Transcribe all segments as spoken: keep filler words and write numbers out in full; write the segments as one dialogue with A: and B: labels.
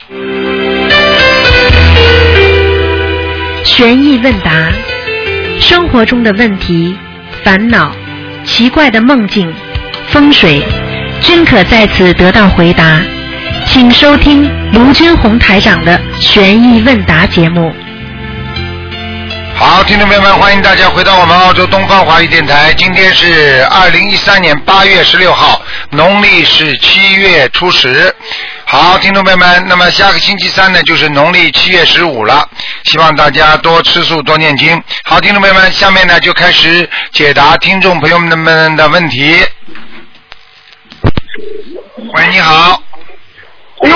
A: 悬疑问答，生活中的问题、烦恼、奇怪的梦境、风水，均可在此得到回答。请收听卢军红台长的悬疑问答节目。
B: 好，听众朋友们，欢迎大家回到我们澳洲东方华语电台。今天是二零一三年八月十六号，农历是七月初十。好，听众朋友们，那么下个星期三呢，就是农历七月十五了。希望大家多吃素，多念经。好，听众朋友们，下面呢就开始解答听众朋友们的问题。喂，你好。你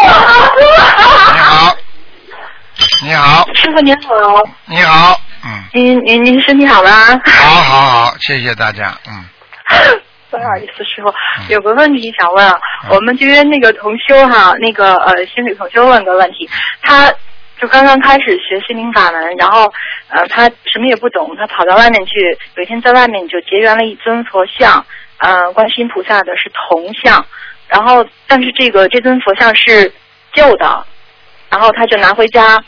B: 好。你好，
C: 师傅您好。
B: 你好，嗯。
C: 您您您身体好吗？
B: 好好好，谢谢大家，嗯。
C: 不好意思，师傅，有个问题想问啊，嗯、我们这边那个同修哈，那个呃，先给同修问个问题，他就刚刚开始学心灵法门，然后呃，他什么也不懂，他跑到外面去，有一天在外面就结缘了一尊佛像，呃，观世音菩萨的是铜像，然后但是这个这尊佛像是旧的。然后他就拿回家，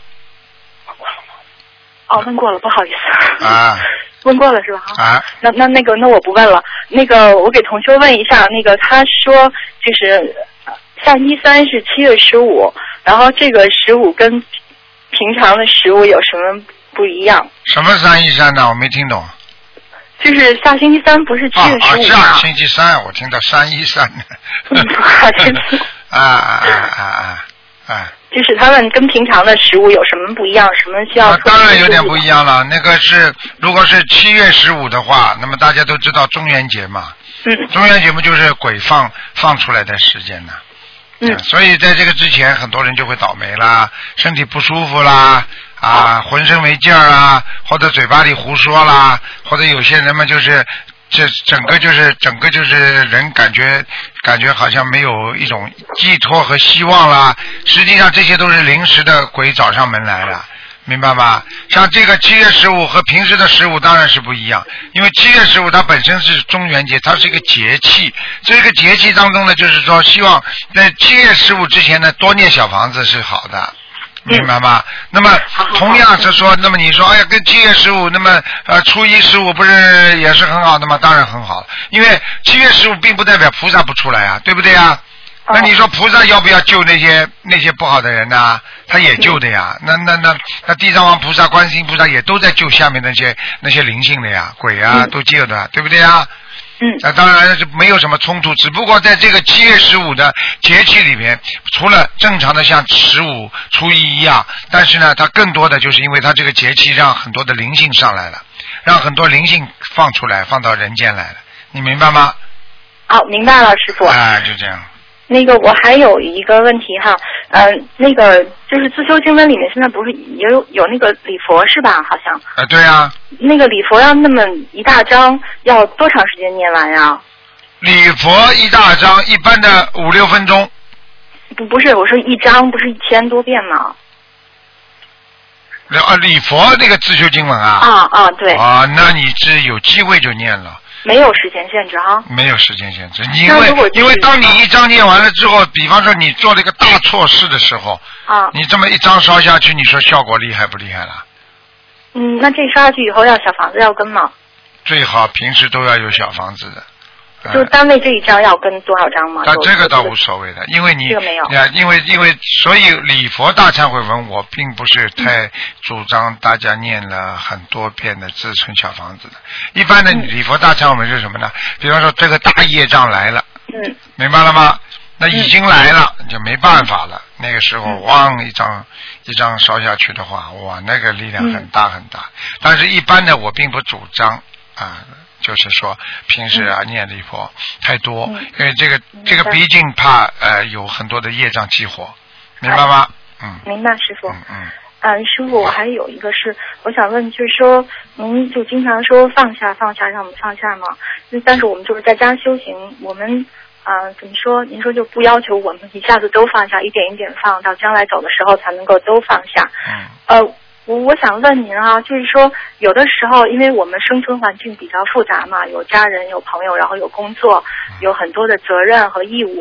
C: 哦，问过了，不好意思。啊。问过了是吧？
B: 啊。
C: 那那那个那我不问了。那个我给同修问一下，那个他说就是下星期三是七月十五，然后这个十五跟平常的十五有什么不一样？
B: 什么三一三呢？我没听懂。
C: 就是下星期三不是七月十五吗？
B: 啊，下星期三我听到三一三呢。
C: 嗯，不好意思。
B: 啊啊啊啊啊啊！
C: 就是他们跟平常的食物有什么不一样？什么需要？
B: 啊，当然有点不一样了。那个是，如果是七月十五的话，那么大家都知道中元节嘛。
C: 嗯。
B: 中元节嘛，就是鬼放放出来的时间呢。
C: 嗯。
B: 所以在这个之前，很多人就会倒霉啦，身体不舒服啦，啊，浑身没劲儿啊，或者嘴巴里胡说啦，或者有些人嘛就是。这整个就是整个就是人感觉感觉好像没有一种寄托和希望啦，实际上这些都是临时的鬼找上门来了，明白吗？像这个七月十五和平时的十五当然是不一样，因为七月十五它本身是中元节，它是一个节气，这个节气当中呢，就是说希望在七月十五之前呢多念小房子是好的。明白吗？嗯、那么同样是说，那么你说，哎呀，跟七月十五，那么呃初一十五不是也是很好的吗？当然很好，因为七月十五并不代表菩萨不出来啊，对不对啊？那你说菩萨要不要救那些那些不好的人呢、啊？他也救的呀。那那那那地藏王菩萨、观世音菩萨也都在救下面那些那些灵性的呀，鬼啊都救的，对不对啊？
C: 嗯，
B: 那当然是没有什么冲突，只不过在这个七月十五的节气里面，除了正常的像十五、初一一样，但是呢，它更多的就是因为它这个节气让很多的灵性上来了，让很多灵性放出来，放到人间来了，你明白吗？
C: 好，明白了，师傅。
B: 哎，就这样。
C: 那个我还有一个问题哈，嗯、呃，那个就是自修经文里面现在不是也有有那个礼佛是吧？好像。
B: 啊，对啊。
C: 那个礼佛要那么一大章，要多长时间念完呀？
B: 礼佛一大章，一般的五六分钟。
C: 不不是，我说一章不是一千多遍吗？
B: 啊，礼佛那个自修经文啊。
C: 啊啊，对。
B: 啊，那你是有机会就念了。
C: 没有时间限制哈。
B: 没有时间限制，因为因为当你一章念完了之后，比方说你做了一个大错事的时候，
C: 啊，
B: 你这么一章烧下去，你说效果厉害不厉害了？
C: 嗯，那这烧下去以后要小房子要跟吗？
B: 最好平时都要有小房子的。
C: 就单位这一章要跟多少章吗？
B: 但这个倒无所谓的，因为你
C: 这个没有
B: 呀，因为因为所以礼佛大忏悔文我并不是太主张大家念了很多遍的自存小房子的。一般的礼佛大忏悔文是什么呢？比方说这个大业障来了，
C: 嗯，
B: 明白了吗？那已经来了，就没办法了。那个时候，汪一张一张烧下去的话，哇，那个力量很大很大。但是，一般的我并不主张啊。就是说，平时啊、嗯、念礼佛太多，嗯、因为这个这个毕竟怕呃有很多的业障激活，明白吗？嗯。明白，师傅。嗯嗯。
C: 嗯，师傅，我还有一个是，我想问，就是说，您就经常说放下放下，让我们放下嘛。但是我们就是在家修行，我们啊、呃、怎么说？您说就不要求我们一下子都放下，一点一点放，到将来走的时候才能够都放下。
B: 嗯。
C: 呃。我我想问您啊，就是说，有的时候，因为我们生存环境比较复杂嘛，有家人、有朋友，然后有工作，有很多的责任和义务。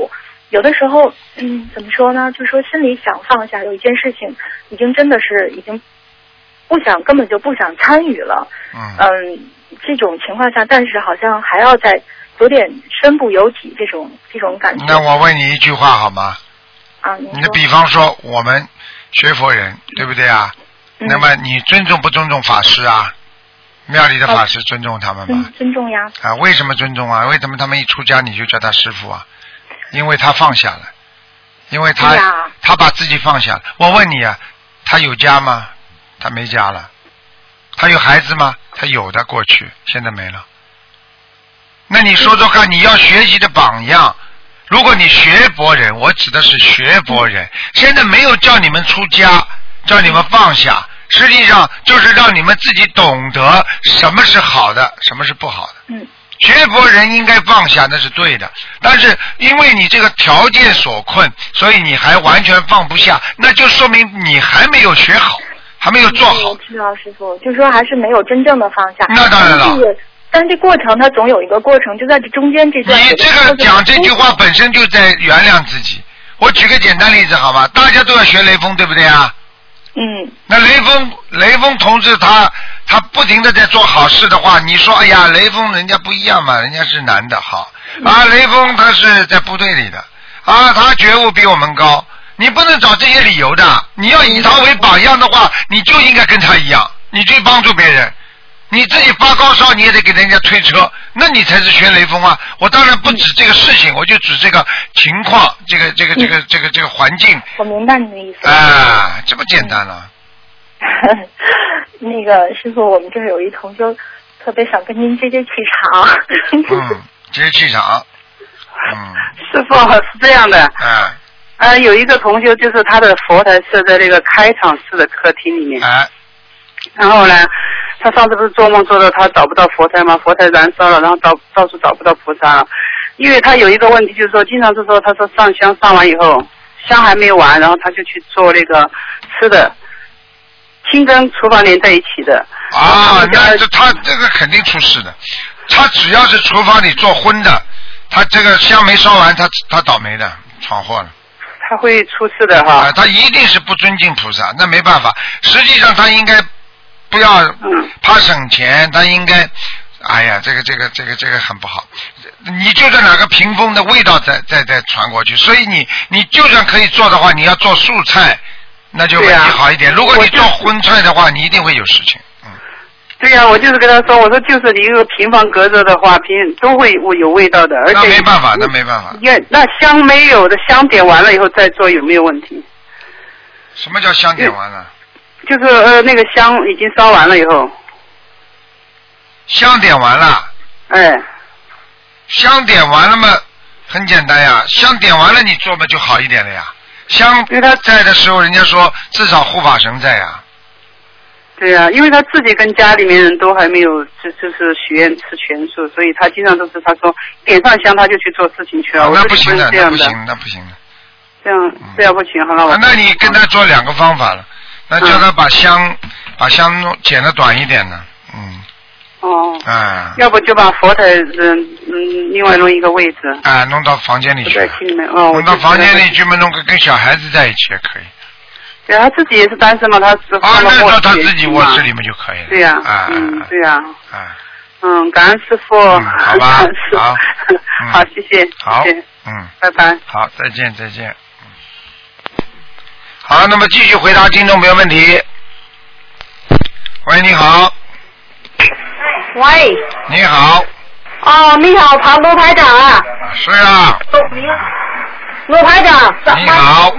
C: 有的时候，嗯，怎么说呢？就说心里想放下，有一件事情已经真的是已经不想，根本就不想参与了。
B: 嗯。
C: 嗯，这种情况下，但是好像还要再有点身不由己这种这种感觉。
B: 那我问你一句话好吗？
C: 啊，你
B: 你比方说我们学佛人，对不对啊？
C: 嗯、
B: 那么你尊重不尊重法师啊？庙里的法师尊重他们吗？
C: 尊尊重呀。
B: 啊，为什么尊重啊？为什么他们一出家你就叫他师父啊？因为他放下了，因为他、
C: 啊、
B: 他把自己放下了。我问你啊，他有家吗？他没家了。他有孩子吗？他有的，过去现在没了。那你说说看，你要学习的榜样。如果你学佛人，我指的是学佛人，现在没有叫你们出家，叫你们放下，实际上就是让你们自己懂得什么是好的，什么是不好的。
C: 嗯。
B: 学佛人应该放下，那是对的。但是因为你这个条件所困，所以你还完全放不下，那就说明你还没有学好，还没有做好。
C: 我知道师父，就说还是没有真正的放下。
B: 那当然了。
C: 但是这过程它总有一个过程，就在这中间这段。
B: 你这个讲这句话本身就在原谅自己。我举个简单例子好吧，大家都要学雷锋，对不对啊？
C: 嗯。
B: 那雷锋，雷锋同志他他不停的在做好事的话，你说哎呀，雷锋人家不一样嘛，人家是男的好啊，雷锋他是在部队里的啊，他觉悟比我们高，你不能找这些理由的。你要以他为榜样的话，你就应该跟他一样，你去帮助别人。你自己发高烧你也得给人家推车，那你才是学雷锋啊！我当然不指这个事情，我就指这个情况，这个这个这个这个这个环境。
C: 我明白你的意思。
B: 啊，这么简单了。
C: 那个师傅，我们这儿有一同修特别想跟您接接气场。
B: 嗯，接气场。嗯。
D: 师傅是这样的。
B: 嗯。
D: 呃，有一个同修就是他的佛台设在这个开场式的客厅里面。
B: 哎。
D: 然后呢，他上次不是做梦做到他找不到佛台吗？佛台燃烧了，然后到到处找不到菩萨了。因为他有一个问题，就是说经常是说，他说上香上完以后，香还没有完，然后他就去做那个吃的，氢跟厨房连在一起的。
B: 啊，那这他这个肯定出事的。他只要是厨房里做荤的，他这个香没烧完，他他倒霉的，闯祸了。
D: 他会出事的哈。
B: 啊，他一定是不尊敬菩萨，那没办法。实际上他应该。不要怕省钱，他应该，哎呀，这个这个这个这个很不好。你就算哪个屏风的味道再再再传过去，所以你你就算可以做的话，你要做素菜，那就问题好一点。如果你做荤菜的话，你一定会有事情。嗯。
D: 对呀、啊，我就是跟他说，我说就是你一个平房隔着的话，平都会有味道的，而且
B: 那没办法，那没办法。
D: 也那香没有的，香点完了以后再做有没有问题？
B: 什么叫香点完了？
D: 就是呃，那个香已经烧完了以后，
B: 香点完了，
D: 哎，
B: 香点完了嘛，很简单呀，香点完了你做嘛就好一点了呀。香在的时候，人家说至少护法神在呀。
D: 对呀、啊，因为他自己跟家里面人都还没有，就就是许愿吃全素，所以他经常都是他说点上香他就去做事情去了。
B: 哦、那不行的，
D: 那
B: 不行，那不行的。
D: 这样这样不行，好了。
B: 啊、那你跟他做两个方法了。那叫他把香、嗯、把香弄剪得短一点呢，嗯。
D: 哦。
B: 啊。
D: 要不就把佛台嗯嗯另外弄一个位置。
B: 啊，弄到房间里去。
D: 在心里面哦。
B: 弄到房间里去嘛，弄个跟小孩子在一起也可以。
D: 对啊，他自己也是单身嘛，他是
B: 啊，那时候他自己卧室里面就可以了。
D: 对呀、
B: 啊，啊，
D: 嗯，对呀、
B: 啊。啊。
D: 嗯，感恩师傅。
B: 嗯，好吧。好。
D: 好，谢谢。
B: 好。
D: 谢谢
B: 嗯。
D: 拜拜。
B: 好，再见，再见。好，那么继续回答听众朋友问题。喂，你好。
E: 喂。
B: 你好。
E: 哦，你好，唐卢台长啊。
B: 是啊。
E: 卢台长。
B: 你好。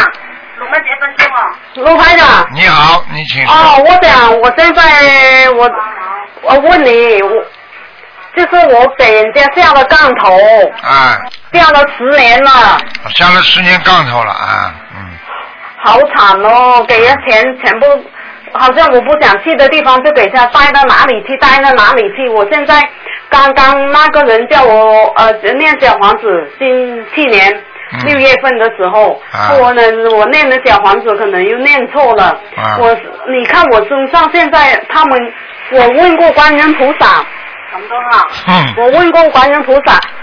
E: 卢台长。
B: 你好，你请说。
E: 哦，我想，我现在我我问你，我就是我给人家下了杠头。
B: 啊。
E: 下了十年了。
B: 下了十年杠头了啊，嗯。
E: 好惨哦，给人钱全部，好像我不想去的地方就给他带到哪里去，带到哪里去。我现在刚刚那个人叫我呃念小房子，今去年六月份的时候，嗯啊、我呢我念的小房子可能又念错了。啊、我你看我身上现在他们，我问过观音菩萨，什么都好，嗯，我问过观音菩萨。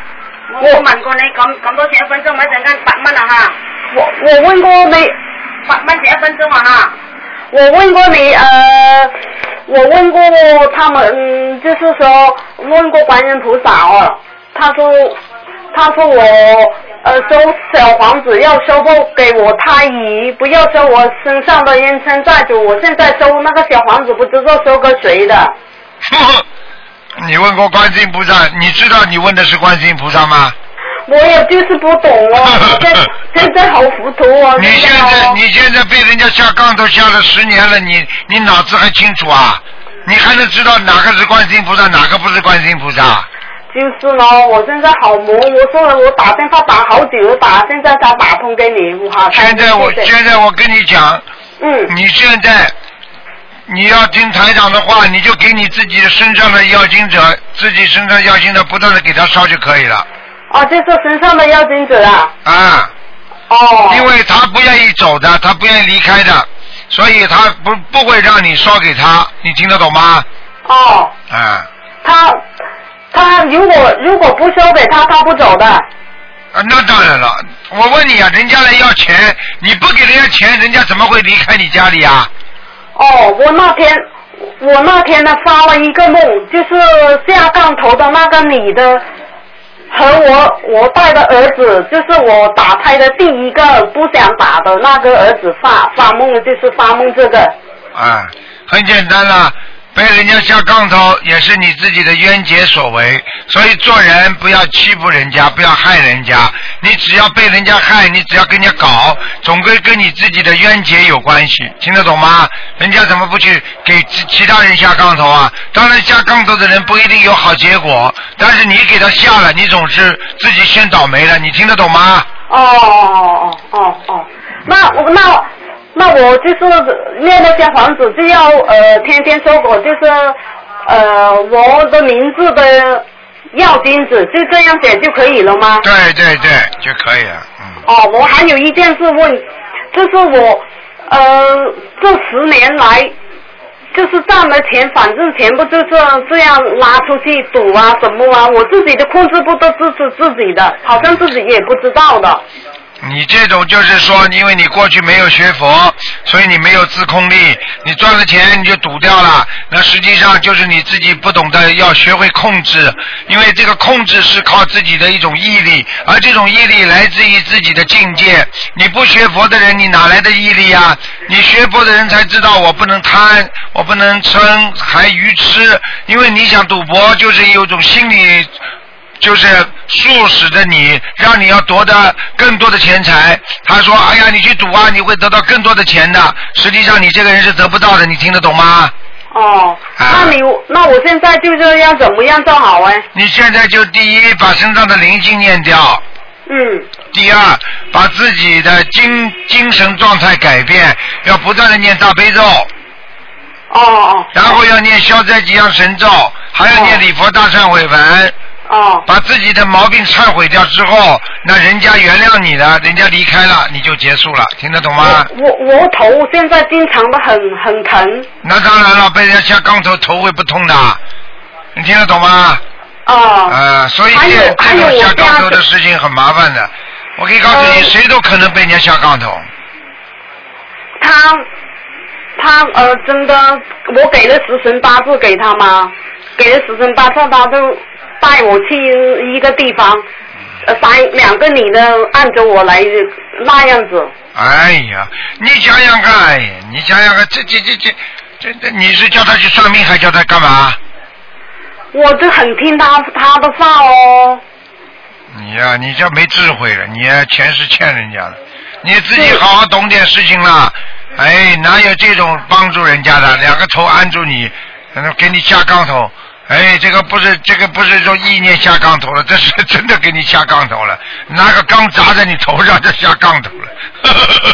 E: 我問過你咁咁多錢一分鐘，咪一陣間八蚊啊哈！我我問過你八蚊錢一分鐘啊哈！我問過你呃，我問過他們，嗯，就是說問過觀音菩薩哦，他說他說我呃收小房子要收不給我太姨，不要收我身上的冤親債主，我現在收那個小房子不知道收個誰的。
B: 你問過觀世音菩薩，你知道你問的是觀世音菩薩嗎？
E: 我也就是不懂哦，現在現在好糊塗哦。
B: 你現在你現在被人家下槓頭下了十年了，你你腦子還清楚啊？你還能知道哪個是觀世音菩薩，哪個不是觀世音菩薩？
E: 就是咯，我現在好忙，我說了我打電話打好久了打，現在才打通給你，我好。
B: 現在我現在我跟你講，
E: 嗯，
B: 你現在你要聽台長的話，你就給你自己身上的要經者，自己身上要經者不斷的給他燒就可以了。
E: 哦，就是身上的要經者啊。
B: 啊。
E: 哦。
B: 因為他不願意走的，他不願意離開的，所以他不不會讓你燒給他，你聽得懂嗎？
E: 哦。
B: 啊。
E: 他他如果如果不燒給他，他不走的。
B: 啊，那當然了。我問你啊，人家來要錢，你不給人家錢，人家怎麼會離開你家裏啊？
E: 哦，我那天我那天呢發了一個夢，就是下槓頭的那個女的和我我帶的兒子，就是我打胎的第一個不想打的那個兒子發發夢了，就是發夢這個。
B: 啊，很簡單啦。被人家下槓頭也是你自己的冤結所為，所以做人不要欺負人家，不要害人家。你只要被人家害，你只要跟人家搞，總歸跟你自己的冤結有關係，聽得懂嗎？人家怎麼不去給其他人下槓頭啊？當然下槓頭的人不一定有好結果，但是你給他下了，你總是自己先倒霉了，你聽得懂嗎？
E: 哦哦哦哦哦，那我那。那我就是念那些房子就要呃天天收我就是呃我的名字的要金子，就这样写就可以了吗？
B: 对对对，就可以了。嗯。
E: 哦，我还有一件事问，就是我呃这十年来就是赚了钱，反正全部就是这样拉出去赌啊什么啊，我自己的控制不都支持自己的，好像自己也不知道的。
B: 你这种就是说，因为你过去没有学佛，所以你没有自控力，你赚了钱你就赌掉了，那实际上就是你自己不懂得要学会控制，因为这个控制是靠自己的一种毅力，而这种毅力来自于自己的境界。你不学佛的人，你哪来的毅力啊？你学佛的人才知道我不能贪，我不能嗔，还愚痴，因为你想赌博就是有种心理。就是促使着你，让你要夺得更多的钱财。他说：“哎呀，你去赌啊，你会得到更多的钱的。”实际上你这个人是得不到的，你听得懂吗？
E: 哦，啊、那你那我现在就是要怎么样做好哎？
B: 你现在就第一把身上的灵性念掉。
E: 嗯。
B: 第二，把自己的精精神状态改变，要不断的念大悲咒。
E: 哦哦。
B: 然后要念消灾吉祥神咒，还要念礼佛大忏悔文。
E: 哦，
B: 把自己的毛病忏悔掉之后，那人家原谅你了，人家离开了，你就结束了，听得懂吗？
E: 我我我头现在经常的很很疼。
B: 那当然了，被人家下杠头，头会不痛的，你听得懂吗？
E: 哦。
B: 啊、呃，所以这这种下杠头的事情很麻烦的。我可以告诉你，谁都可能被人家下杠头。
E: 他他呃，真的，我给了十神八字给他吗？给了十神八字，他就带我去一个地方，呃，三两个女的按着我来那样子。
B: 哎呀，你想想看，哎呀，你想想看，这这这这这这，你是叫他去算命，还叫他干嘛？
E: 我就很听他他的话哦。
B: 你呀、啊，你这没智慧了，你、啊、钱是欠人家的，你自己好好懂点事情啦。哎，哪有这种帮助人家的？两个头按住你，给你下杠头。哎，这个不是这个不是说意念下杠头了，这是真的给你下杠头了，拿个钢砸在你头上就下杠头了。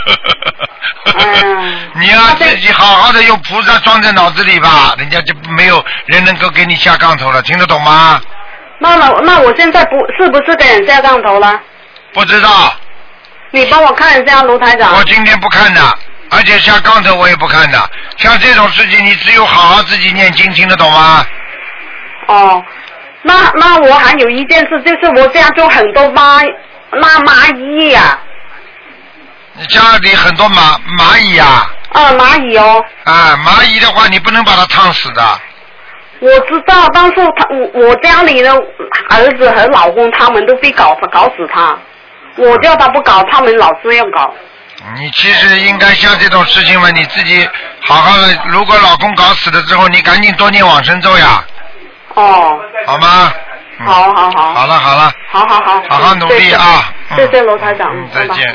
E: 嗯、
B: 你要、啊、自己好好的用菩萨装在脑子里吧，人家就没有人能够给你下杠头了，听得懂吗？
E: 那那那我现在不是不是给人下杠头了？
B: 不知道。
E: 你帮我看一下卢台长。
B: 我今天不看的，而且下杠头我也不看的。像这种事情，你只有好好自己念经，听得懂吗？
E: 哦， 那那我还有一件事，就是我家中很多蚂那蚂蚁呀、啊。
B: 你家里很多蚂蚂蚁啊？
E: 啊，蚂蚁哦。
B: 啊，蚂蚁的话，你不能把它烫死的。
E: 我知道，但是他我我家里的儿子和老公他们都会搞搞死他，我叫他不搞，他们老是要搞。
B: 你其实应该像这种事情嘛，你自己好好的。如果老公搞死了之后，你赶紧多念往生咒呀。
E: 哦。
B: 好吗？
E: 嗯、好好好。
B: 好了好了。
E: 好好好。
B: 好好努力啊！
E: 谢谢罗台长。
B: 嗯，再见。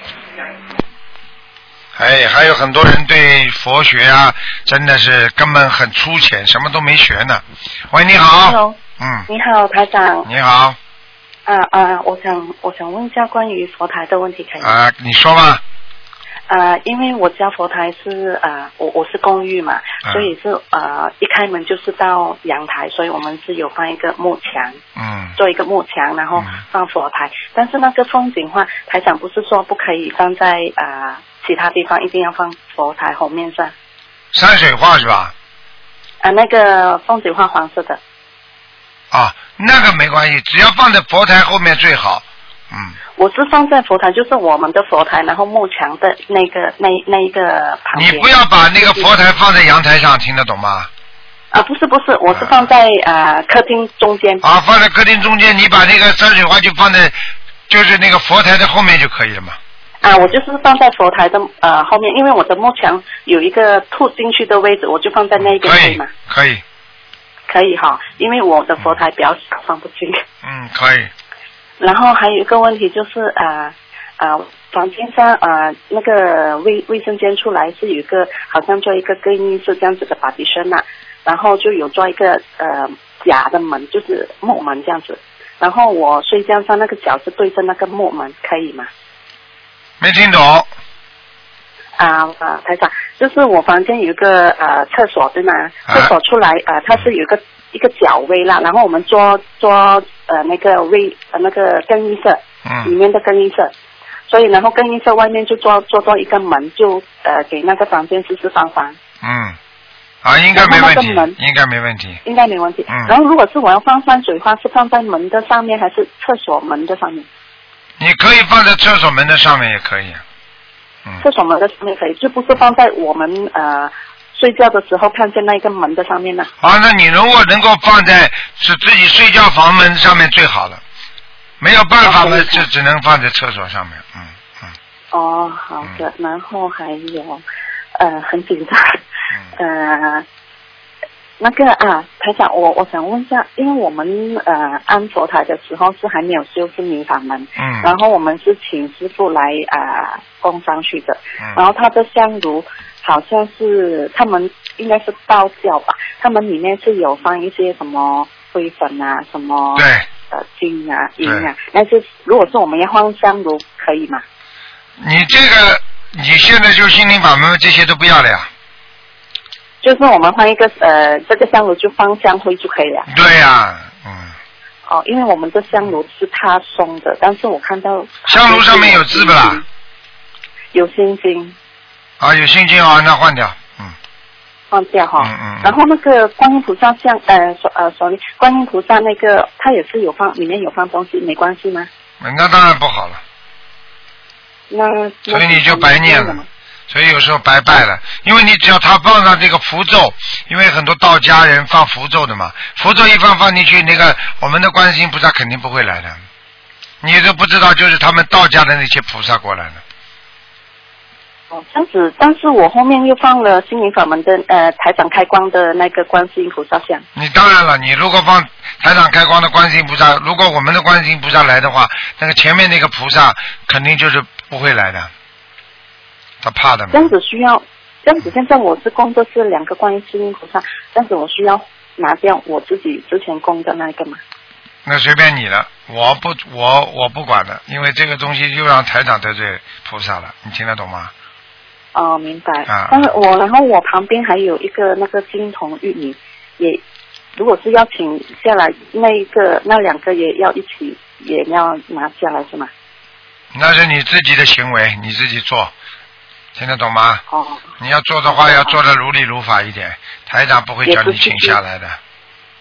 B: 哎，还有很多人对佛学啊，真的是根本很粗浅，什么都没学呢。喂，你好。
F: Hello。
B: 嗯。
F: 你好，台长。
B: 你好。
F: 啊啊，我想我想问一下关于佛台的问题，可以吗？
B: 啊，你说吧。
F: 啊，因为我家佛台是啊，我我是公寓嘛，
B: 嗯、
F: 所以是啊，一开门就是到阳台，所以我们是有放一个木墙，
B: 嗯，
F: 做一个木墙，然后放佛台。嗯、但是那个风景画，台长不是说不可以放在啊其他地方，一定要放佛台后面上。
B: 山水画是吧？
F: 啊，那个风景画黄色的。
B: 啊，那个没关系，只要放在佛台后面最好。嗯。
F: 我是放在佛台，就是我们的佛台，然后木墙的那个那那一个旁边。
B: 你不要把那个佛台放在阳台上，听得懂吗？
F: 啊，不是不是，我是放在啊、呃、客厅中间。
B: 啊，放在客厅中间，你把那个山水画就放在，就是那个佛台的后面就可以了嘛。
F: 啊，我就是放在佛台的呃后面，因为我的木墙有一个凸进去的位置，我就放在那边可以吗？
B: 可以。
F: 可以哈，因为我的佛台比较少，放不进。
B: 嗯，可以。
F: 然后还有一个问题就是啊啊、呃呃，房间上啊、呃、那个卫卫生间出来是有一个好像做一个更衣室这样子的partition啊，然后就有做一个呃假的门，就是木门这样子。然后我睡觉上那个脚是对着那个木门，可以吗？
B: 没听懂。
F: 啊啊，台长，就是我房间有一个呃厕所对吗？厕所出来啊、呃，它是有一个一个角位啦，然后我们做做呃那个卫呃那个更衣室，
B: 嗯，
F: 里面的更衣室，所以然后更衣室外面就做做做一个门，就呃给那个房间四四方方。
B: 嗯，啊，应该没问题，应该没问题，
F: 应该没问题。
B: 嗯。
F: 然后如果是我要放山水画，是放在门的上面还是厕所门的上面？
B: 你可以放在厕所门的上面也可以。嗯。
F: 厕所门的上面可以，就不是放在我们呃。睡觉的时候看见那个门的上面呢？
B: 啊，那你如果能够放在是自己睡觉房门上面最好了，没有办法了，就只能放在厕所上面。嗯嗯。
F: 哦，好的。嗯、然后还有，呃，很紧张，呃，那个啊，台长，我我想问一下，因为我们呃安佛台的时候是还没有修心灵法门，
B: 嗯，
F: 然后我们是请师傅来啊、呃、供上去的，
B: 嗯，
F: 然后他的香炉。好像是他们应该是道教吧，他们里面是有放一些什么灰粉啊，什么
B: 对
F: 呃金啊银啊，但是如果是我们要放香炉可以吗？
B: 你这个你现在就心灵法门这些都不要了呀？
F: 就是我们放一个呃这个香炉就放香灰就可以了。
B: 对呀、啊，嗯。
F: 哦，因为我们的香炉是它松的，但是我看到
B: 香炉上面有字不啦？
F: 有心经。
B: 啊，有心经啊，那换掉，嗯，
F: 换掉哈。
B: 嗯嗯。
F: 然后那个观音菩萨像，呃，呃，sorry，观音菩萨那个，它也是有放，里面有放东西，没关系吗？
B: 那当然不好了。
F: 那。
B: 所以你就白念了，所以有时候白拜了，因为你只要他放上这个符咒，因为很多道家人放符咒的嘛，符咒一放放进去，那个我们的观世音菩萨肯定不会来的，你都不知道，就是他们道家的那些菩萨过来了。
F: 哦，这样子，但是我后面又放了心灵法门的呃台长开光的那个观世音菩萨像。
B: 你当然了，你如果放台长开光的观世音菩萨，如果我们的观世音菩萨来的话，那个前面那个菩萨肯定就是不会来的，他怕的嘛。
F: 这样子需要，这样子现在我是供的是两个观世音菩萨，这样子我需要拿掉我自己之前供的那个吗？
B: 那随便你了，我不我我不管的，因为这个东西又让台长得罪菩萨了，你听得懂吗？
F: 哦，明白。
B: 啊。
F: 但是我然后我旁边还有一个那个金童玉女，也如果是要请下来，那一个那两个也要一起也要拿下来是吗？
B: 那是你自己的行为，你自己做，听得懂吗？
F: 哦。
B: 你要做的话，要做的如理如法一点，台长不会叫你请下来的。嗯。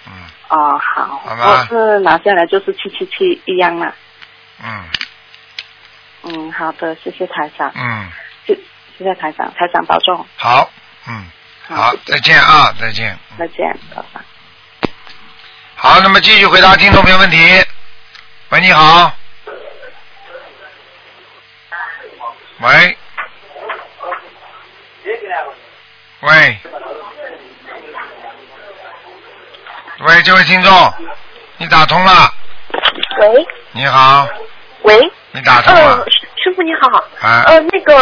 F: 哦，好，
B: 好吧
F: 我是拿下来就是七七七一样啦。
B: 嗯
F: 嗯，好的，谢谢台长。
B: 嗯，
F: 谢谢谢台长，台长保重。
B: 好，嗯，
F: 好
B: 好，再见啊，再见。
F: 再见，拜拜。
B: 好，那么继续回答听众朋友问题。喂，你好。喂。喂。喂，这位听众，你打通了。
G: 喂。
B: 你好。
G: 喂。
B: 你打通了。
G: 呃，师傅你好。
B: 啊。
G: 呃，那个，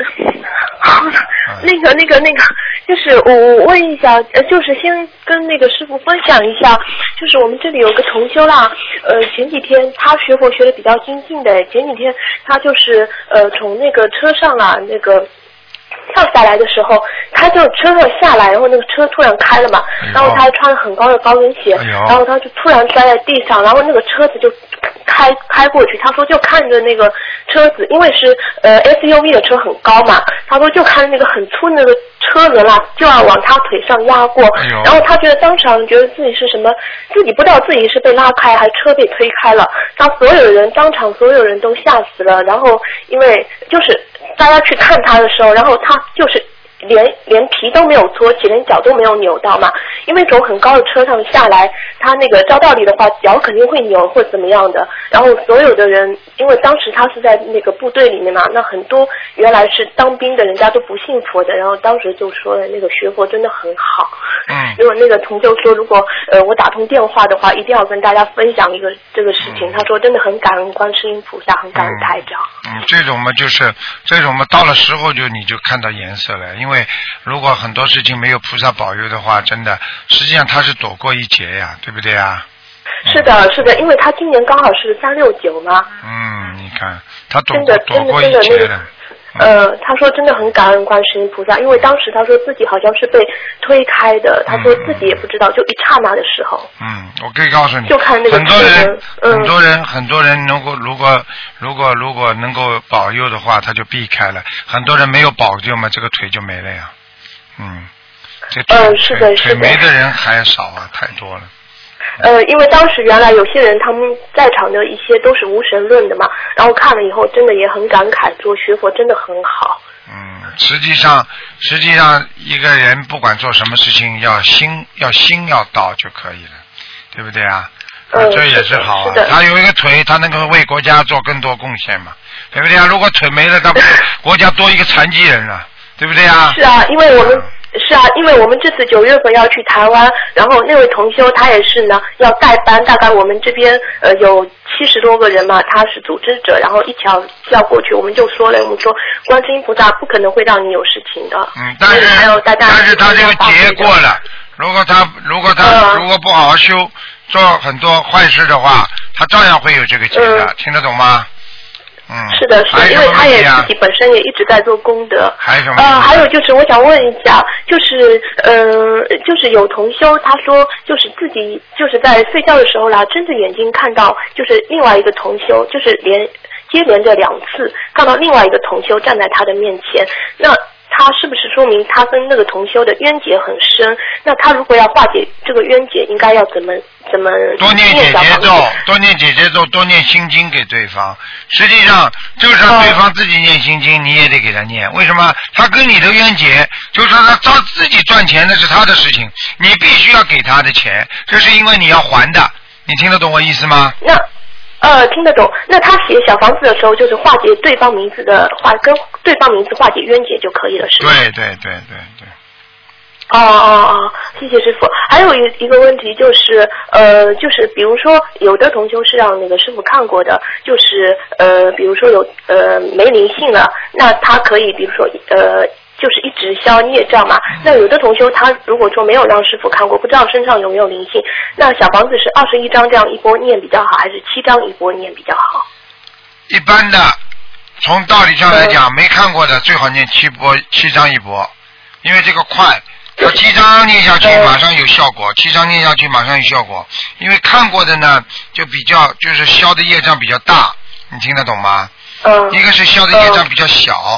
G: 那个，那个，那个，就是我我问一下，呃，就是先跟那个师傅分享一下，就是我们这里有个同修啦，呃，前几天他学佛学的比较精进的，前几天他就是呃从那个车上啦，那个。跳下来的时候，他就车上下来，然后那个车突然开了嘛，哎、然后他还穿了很高的高跟鞋、哎，然后他就突然摔在地上，然后那个车子就开开过去。他说就看着那个车子，因为是呃 S U V 的车很高嘛，他说就看着那个很粗那个车轮啦，就要往他腿上压过，哎、然后他觉得当场觉得自己是什么，自己不知道自己是被拉开还车被推开了，当所有人当场所有人都吓死了，然后因为就是大家去看他的时候，然后他就是连连皮都没有搓起，连脚都没有扭到嘛，因为从很高的车上下来，他那个照道理的话脚肯定会扭或怎么样的，然后所有的人因为当时他是在那个部队里面嘛，那很多原来是当兵的人家都不信佛的，然后当时就说那个学佛真的很好，嗯，如果那个同修说如果呃我打通电话的话一定要跟大家分享一个这个事情、嗯、他说真的很感恩观世音菩萨，很感恩台长。
B: 嗯，这种嘛就是这种嘛到了时候就你就看到颜色了，因为如果很多事情没有菩萨保佑的话，真的实际上他是躲过一劫呀，对不对啊？
G: 是的，是的，因为他今年刚好是三六九嘛。
B: 嗯，你看他躲过躲过一劫的。
G: 呃，他说真的很感恩观世音菩萨，因为当时他说自己好像是被推开的，他说自己也不知道，就一刹那的时候。
B: 嗯，我可以告诉你，
G: 就看那个
B: 很多人、
G: 嗯，
B: 很多人，很多人如果如果如果如果能够保佑的话，他就避开了；很多人没有保佑嘛，这个腿就没了呀。嗯，这腿、
G: 呃、是的
B: 腿没的人还少啊，太多了。
G: 呃，因为当时原来有些人他们在场的一些都是无神论的嘛，然后看了以后真的也很感慨，说学佛真的很好。
B: 嗯，实际上实际上一个人不管做什么事情，要心要心要到就可以了，对不对啊？
G: 嗯，
B: 这也是好啊。
G: 是
B: 他有一个腿，他能够为国家做更多贡献嘛，对不对啊？如果腿没了，他不国家多一个残疾人了，对不对啊？
G: 是啊，因为我们。是啊，因为我们这次九月份要去台湾，然后那位同修他也是呢要代班，大概我们这边呃有七十多个人嘛，他是组织者，然后一条叫过去，我们就说了，我们说观世音菩萨不可能会让你有事情的。
B: 嗯，但是
G: 还有大家
B: 但是他这个劫过了，如果他如果他、嗯、如果不好好修，做很多坏事的话，他照样会有这个劫的，嗯、听得懂吗？嗯，
G: 是的，是的，因为他也自己本身也一直在做功德。
B: 还有什么？
G: 呃，还有就是我想问一下，就是呃，就是有同修他说，就是自己就是在睡觉的时候啦，睁着眼睛看到就是另外一个同修，就是连接连着两次看到另外一个同修站在他的面前，那他是不是说明他跟那个同修的冤结很深？那他如果要化解这个冤结，应该要怎么怎么
B: 多念姐姐咒，多念姐姐咒，多念心经给对方。实际上，就算对方自己念心经，你也得给他念。为什么？他跟你的冤结，就是说他找自己赚钱那是他的事情，你必须要给他的钱，这是因为你要还的。你听得懂我意思吗？
G: 那。呃，听得懂。那他写小房子的时候，就是化解对方名字的化，跟对方名字化解冤结就可以了，是吗？
B: 对对对对对。
G: 哦哦哦，谢谢师傅。还有一一个问题就是，呃，就是比如说有的同修是让那个师傅看过的，就是呃，比如说有呃没灵性了，那他可以比如说呃。就是一直消孽障嘛。那有的同修他如果说没有让师傅看过，不知道身上有没有灵性，那小房子是二十一张这样一波念比较好，还是七张一波念比较好？
B: 一般的，从道理上来讲，嗯、没看过的最好念七波，七张一波，因为这个快。他七张念下去马上有效果，七张念下去马上有效果。因为看过的呢，就比较就是消的业障比较大，你听得懂吗？
G: 嗯。
B: 一个是消的业障比较小。嗯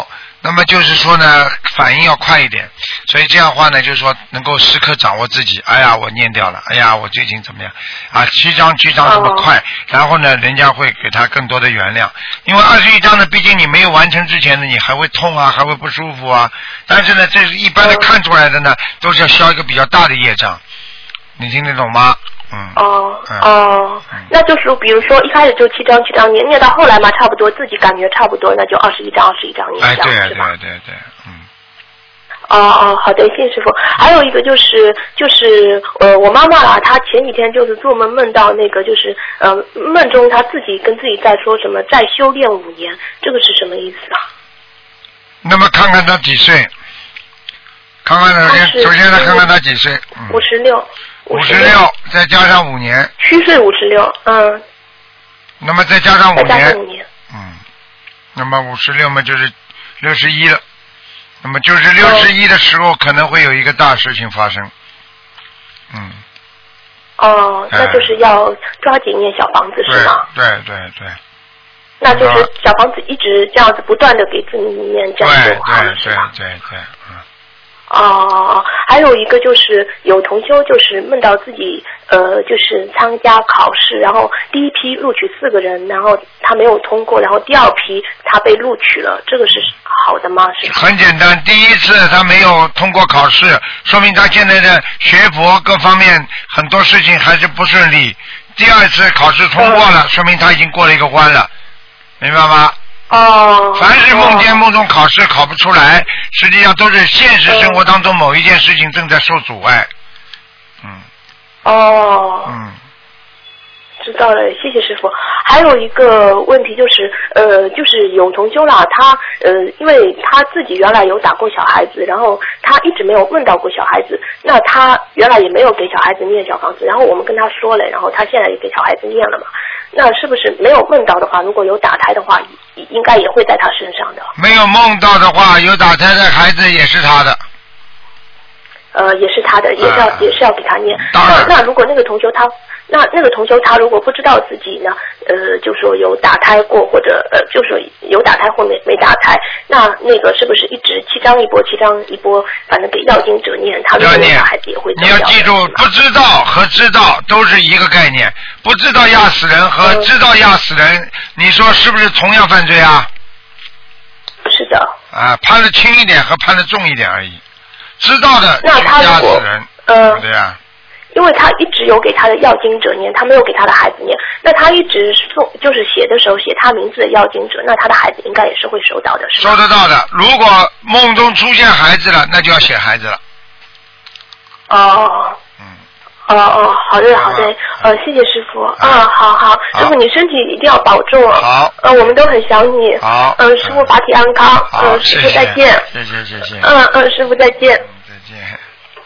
B: 那么就是说呢，反应要快一点，所以这样的话呢，就是说能够时刻掌握自己。哎呀，我念掉了，哎呀，我最近怎么样啊？七张七张这么快，哦、然后呢，人家会给他更多的原谅。因为二十一张呢，毕竟你没有完成之前呢，你还会痛啊，还会不舒服啊。但是呢，这是一般的看出来的呢，都是要消一个比较大的业障。你听得懂吗？嗯。
G: 哦、
B: 嗯、
G: 哦、嗯，那就是比如说一开始就七张七张念，念到后来嘛，差不多自己感觉差不多，那就二十一张二十一张念。
B: 哎，对
G: 对
B: 对对对，嗯。
G: 哦哦，好的，谢谢师傅。还有一个就是就是呃，我妈妈啦，她前几天就是做梦梦到那个就是呃梦中她自己跟自己在说什么再修炼五年，这个是什么意思啊？
B: 那么看看她几岁？看看首先首先来看看她几岁？
G: 五十六。
B: 五十六，再加上五年。
G: 虚岁五十六，嗯。
B: 那么再加上五年。
G: 再加上五年。
B: 嗯。那么五十六嘛就是六十一了。那么就是六十一的时候，可能会有一个大事情发生。嗯。
G: 哦，那就是要抓紧念小房子是吗？
B: 对对对对。
G: 那就是小房子一直这样子不断的给自己念，这样就好了是吧？
B: 对对对对，嗯。
G: 哦，还有一个就是有同修，就是梦到自己呃，就是参加考试，然后第一批录取四个人，然后他没有通过，然后第二批他被录取了，这个是好的吗？是
B: 很简单，第一次他没有通过考试，说明他现在的学佛各方面很多事情还是不顺利。第二次考试通过了，嗯、说明他已经过了一个关了，明白吗？
G: 哦，
B: 凡是梦见梦中考试考不出来，实际上都是现实生活当中某一件事情正在受阻碍。嗯。
G: 哦。
B: 嗯。
G: 知道了，谢谢师傅。还有一个问题就是，呃，就是有同修啦，他呃，因为他自己原来有打过小孩子，然后他一直没有梦到过小孩子，那他原来也没有给小孩子念小房子，然后我们跟他说了，然后他现在也给小孩子念了嘛，那是不是没有梦到的话，如果有打胎的话，应该也会在他身上的？
B: 没有梦到的话，有打胎的孩子也是他的。
G: 呃，也是他的，也是要、啊、也是要给他念。
B: 那
G: 那如果那个同修他，那那个同修他如果不知道自己呢，呃，就说有打胎过，或者呃，就说有打胎或没没打胎，那那个是不是一直七张一波，七张一波，反正给要经者念，他如果有孩子也会。
B: 你要记住，不知道和知道都是一个概念，不知道压死人和知道压死人，嗯、你说是不是同样犯罪啊？
G: 是的。
B: 啊，判的轻一点和判的重一点而已。知道的
G: 那他如果
B: 呃，对呀、啊，
G: 因为他一直有给他的要经者念，他没有给他的孩子念，那他一直送就是写的时候写他名字的要经者，那他的孩子应该也是会收到的，是吗？
B: 收得到的。如果梦中出现孩子了，那就要写孩子了。
G: 哦。
B: 嗯。
G: 哦哦，好的好的，呃，谢谢师傅。啊，好好，师傅你身体一定要保重。
B: 好。
G: 呃，我们都很想你。
B: 好。
G: 嗯，师傅法体安康。嗯，师傅再见。
B: 谢谢谢谢。
G: 嗯嗯，师傅再见。
B: 嗯，再见。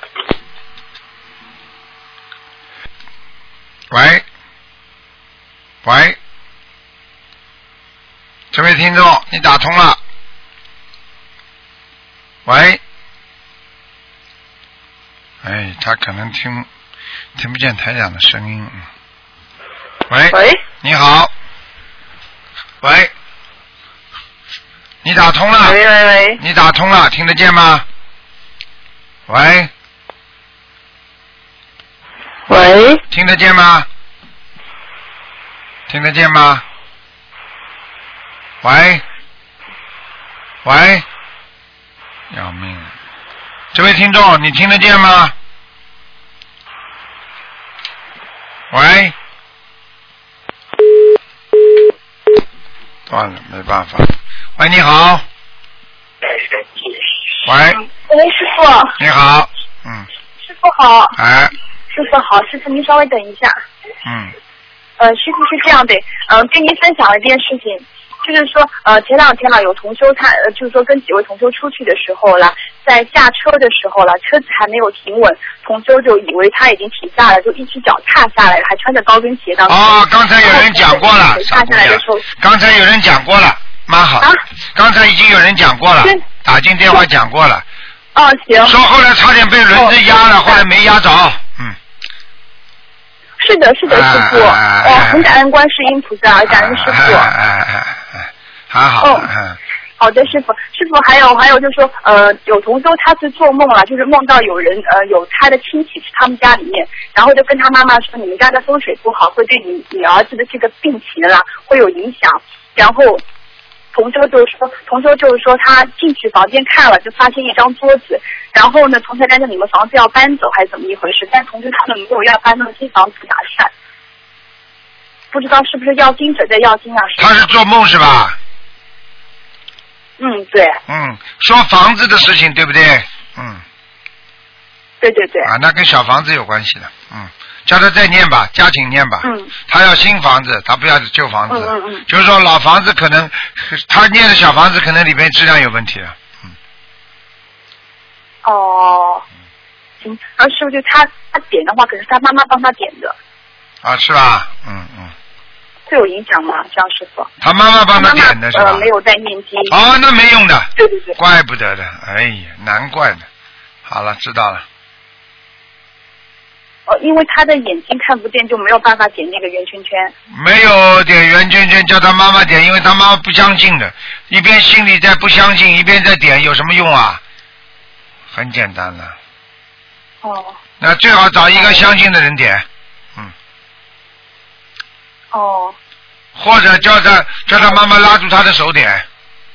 B: 喂。喂。这位听众，你打通了。喂。哎，他可能听。听不见台长的声音。喂，
H: 喂，
B: 你好，喂，你打通了，
H: 喂喂喂，
B: 你打通了，听得见吗？喂，
H: 喂，
B: 听得见吗？听得见吗？喂，喂，要命了！这位听众，你听得见吗？喂，断了，没办法。喂，你好。喂。
I: 喂，师傅。
B: 你好，嗯。
I: 师傅好。
B: 哎。
I: 师傅好，师傅您稍微等一下。
B: 嗯。
I: 呃，师傅是这样的，嗯、呃，跟您分享一件事情。就是说，呃，前两天了，有同修他，呃，就是说跟几位同修出去的时候了，在下车的时候了，车子还没有停稳，同修就以为他已经停下了，就一只脚踏下来了，还穿着高跟鞋当时。
B: 哦，刚才有人讲过了，
I: 踏下来的时候，
B: 刚才有人讲过了，蛮好。啊，刚才已经有人讲过了，打进电话讲过了。
I: 哦，行。
B: 说后来差点被轮子压了，哦、后来没压着，嗯。
I: 是的，是的，师傅，哦、呃，很感恩观世音菩萨，感恩师傅。
B: 哎哎哎哎，还好。
I: 哦， 好的，师傅，师傅还有还有就是说，呃，有同修他是做梦了，就是梦到有人呃有他的亲戚去他们家里面，然后就跟他妈妈说，你们家的风水不好，会对你你儿子的这个病情啦会有影响。然后同修就是说，同修就是说他进去房间看了，就发现一张桌子，然后呢，同修担心你们房子要搬走还是怎么一回事，但同修他们没有要搬到新房子打算，不知道是不是要经者在要经啊？
B: 他是做梦是吧？
I: 嗯，对。
B: 嗯，说房子的事情对不对？嗯。
I: 对对对。
B: 啊，那跟小房子有关系的，嗯，叫他再念吧，加紧念吧。
I: 嗯。
B: 他要新房子，他不要旧房子。
I: 嗯嗯嗯。
B: 就是说老房子可能，他念的小房子可能里面质量有问题了。嗯。
I: 哦。行，然后师傅就他他点的话，可是他妈妈帮他点的。
B: 啊，是吧？嗯嗯。
I: 会有影响吗？张师傅？
B: 他妈妈帮他点的是吧？
I: 呃，没有在念经。
B: 哦，那没用的。
I: 对对对。
B: 怪不得的，哎呀，难怪的。好了，知道了。
I: 哦，因为他的眼睛看不见，就没有办法点那个圆圈圈。
B: 没有点圆圈圈，叫他妈妈点，因为他妈妈不相信的，一边心里在不相信，一边在点，有什么用啊？很简单了。
I: 哦。
B: 那最好找一个相信的人点，嗯。
I: 哦。
B: 或者叫他叫他妈妈拉住他的手点。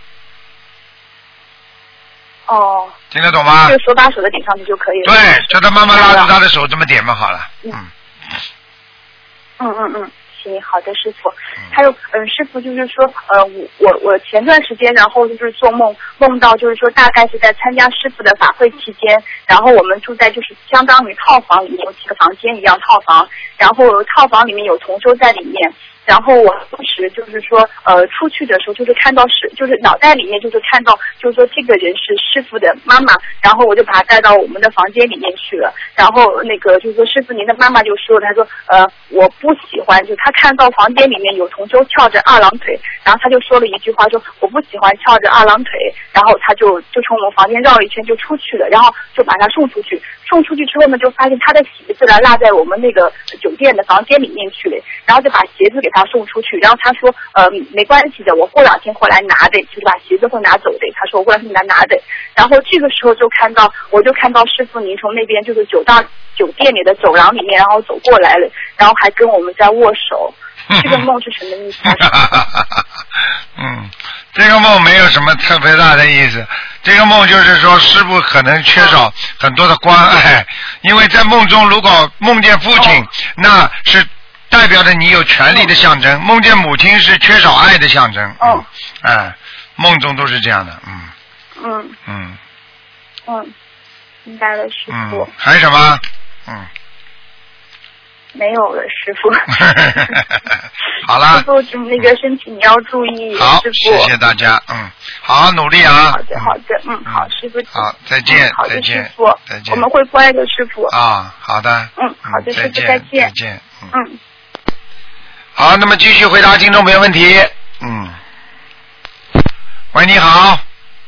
I: 哦。
B: 听得懂吗？
I: 就手把手的点上去就可以了。
B: 对，叫他妈妈拉住他的手，这么点嘛，好了。嗯。
I: 嗯嗯嗯，行，好的，师傅。还有，嗯、呃，师傅就是说，呃，我我我前段时间，然后就是做梦，梦到就是说，大概是在参加师傅的法会期间，然后我们住在就是相当于套房里面，有几个房间一样套房，然后套房里面有同修在里面。然后我当时就是说，呃，出去的时候就是看到师，就是脑袋里面就是看到，就是说这个人是师傅的妈妈，然后我就把他带到我们的房间里面去了。然后那个就是说师傅您的妈妈就说，他说，呃，我不喜欢，就他看到房间里面有同修翘着二郎腿，然后他就说了一句话，说我不喜欢翘着二郎腿，然后他就就从我们房间绕了一圈就出去了，然后就把他送出去。送出去之后呢，就发现他的鞋子呢落在我们那个酒店的房间里面去了，然后就把鞋子给他送出去，然后他说呃没关系的，我过两天会来拿的，就是把鞋子会拿走的，他说我过两天来拿的。然后这个时候就看到，我就看到师傅您从那边就是酒到酒店里的走廊里面，然后走过来了，然后还跟我们在握手。这个梦是什么意思啊？
B: 嗯，这个梦没有什么特别大的意思。这个梦就是说，师父可能缺少很多的关爱，因为在梦中，如果梦见父亲，哦、那是代表着你有权利的象征；梦见母亲是缺少爱的象征。
I: 哦，
B: 哎，梦中都是这样的，嗯。
I: 嗯。
B: 嗯。
I: 嗯，明白了，师父。
B: 嗯，还有什么？嗯。
I: 没有了，师傅。
B: 好了。
I: 师傅，那个身体你要注意。
B: 好，
I: 师傅
B: 谢谢大家，嗯，好好努力啊。
I: 好的，好的，嗯，好，师傅。
B: 好，再见，
I: 好的，
B: 再见，
I: 师傅，
B: 再见。
I: 我们会乖的，师傅。
B: 啊，好的。
I: 嗯，好的，师傅，
B: 再
I: 见，
B: 再见。
I: 嗯。
B: 好，那么继续回答听众朋友问题。嗯。喂，你好。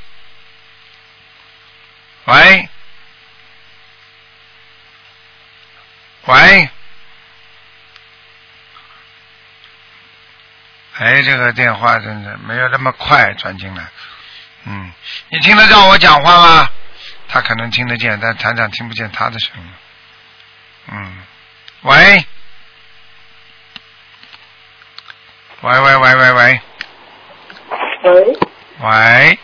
B: 喂。喂。哎，这个电话真的没有那么快转进来。嗯，你听得到我讲话吗？他可能听得见，但台长听不见他的声音。嗯，喂，喂喂喂喂喂，
H: 喂，
B: 喂，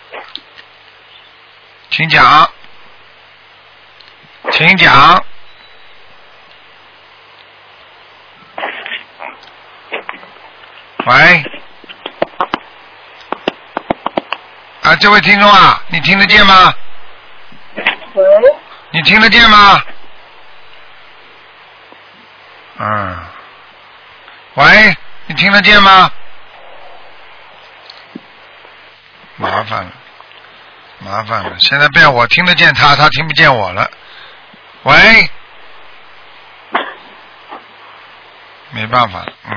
B: 请讲，请讲。喂，啊，这位听众啊，你听得见吗？
H: 喂，
B: 你听得见吗？嗯，喂，你听得见吗？麻烦了，麻烦了，现在变我听得见他，他听不见我了。喂，没办法，嗯。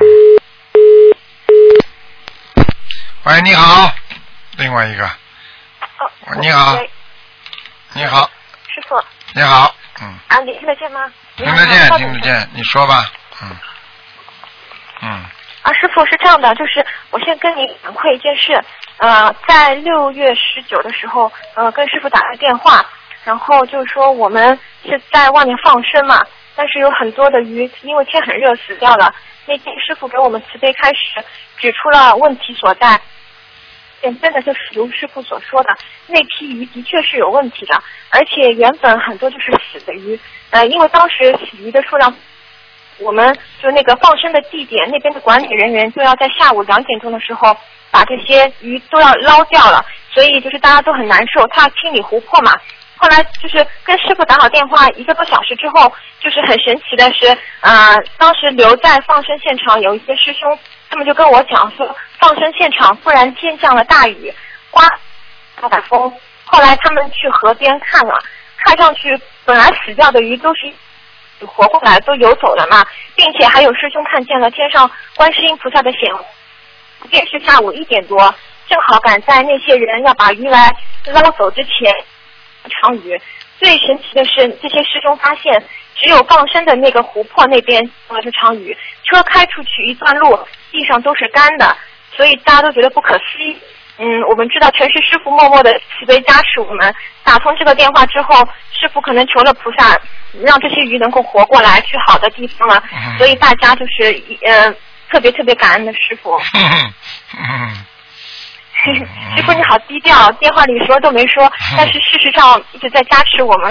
B: 喂，你好，另外一个。
J: 哦，
B: 你好。你好。
J: 师傅。
B: 你好，嗯。
J: 啊，你听得见吗？
B: 听得见，听得见，你说吧，嗯。嗯。
G: 啊，师傅是这样的，就是我先跟你反馈一件事，呃，在六月十九的时候，呃，跟师傅打了电话，然后就是说我们是在外面放生嘛，但是有很多的鱼因为天很热死掉了。那天师傅给我们慈悲开始指出了问题所在，真的就是如师傅所说的，那批鱼的确是有问题的，而且原本很多就是死的鱼，呃，因为当时死鱼的数量。我们就那个放生的地点那边的管理人员就要在下午两点钟的时候把这些鱼都要捞掉了，所以就是大家都很难受，他要清理湖泊嘛。后来就是跟师傅打好电话一个多小时之后，就是很神奇的是，呃，当时留在放生现场有一些师兄，他们就跟我讲说，放生现场突然间降了大雨，刮大风。后来他们去河边看了，看上去本来死掉的鱼都是活过来都游走了嘛，并且还有师兄看见了天上观世音菩萨的显灵。便是下午一点多，正好赶在那些人要把鱼来捞走之前，一场雨。最神奇的是，这些师兄发现只有放生的那个湖泊那边有了这场雨，车开出去一段路，地上都是干的，所以大家都觉得不可思议。嗯，我们知道全是师父默默的慈悲加持我们。打通这个电话之后，师父可能求了菩萨，让这些鱼能够活过来，去好的地方了。嗯、所以大家就是呃特别特别感恩的师父。
B: 嗯嗯、
G: 师父你好低调，电话里说都没说，嗯、但是事实上一直在加持我们。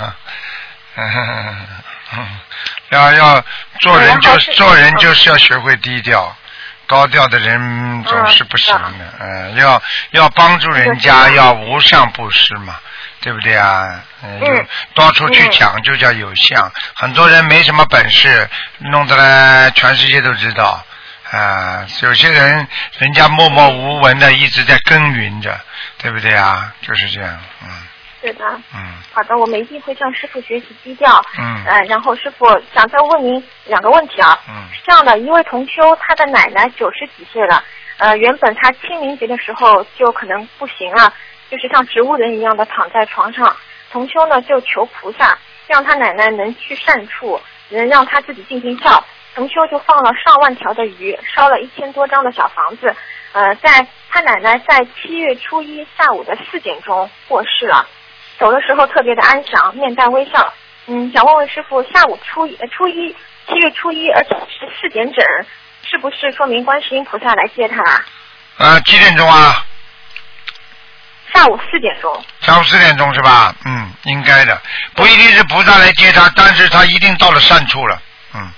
B: 要要做人就做人就是要学会低调。高调的人总是不行的，嗯，要要帮助人家，要无相布施嘛，对不对啊？嗯，就到处去讲就叫有相。很多人没什么本事，弄得来全世界都知道啊。有些人人家默默无闻的一直在耕耘着，对不对啊？就是这样，嗯。
G: 对的，
B: 嗯，
G: 好的，我们一定会向师父学习低调。
B: 嗯，
G: 呃，然后师父想再问您两个问题啊。
B: 嗯，
G: 是这样的，一位同修，他的奶奶九十几岁了，呃，原本他清明节的时候就可能不行了，就是像植物人一样的躺在床上。同修呢就求菩萨，让他奶奶能去善处，能让他自己尽尽孝。同修就放了上万条的鱼，烧了一千多张的小房子。呃，在他奶奶在七月初一下午的四点钟过世了。走的时候特别的安详，面带微笑。嗯，想问问师傅，下午初一、初一七月初一，而且是四点整，是不是说明观世音菩萨来接他啊？
B: 呃，几点钟啊？
G: 下午四点钟。
B: 下午四点钟是吧？嗯，应该的，不一定是菩萨来接他，但是他一定到了善处了。嗯。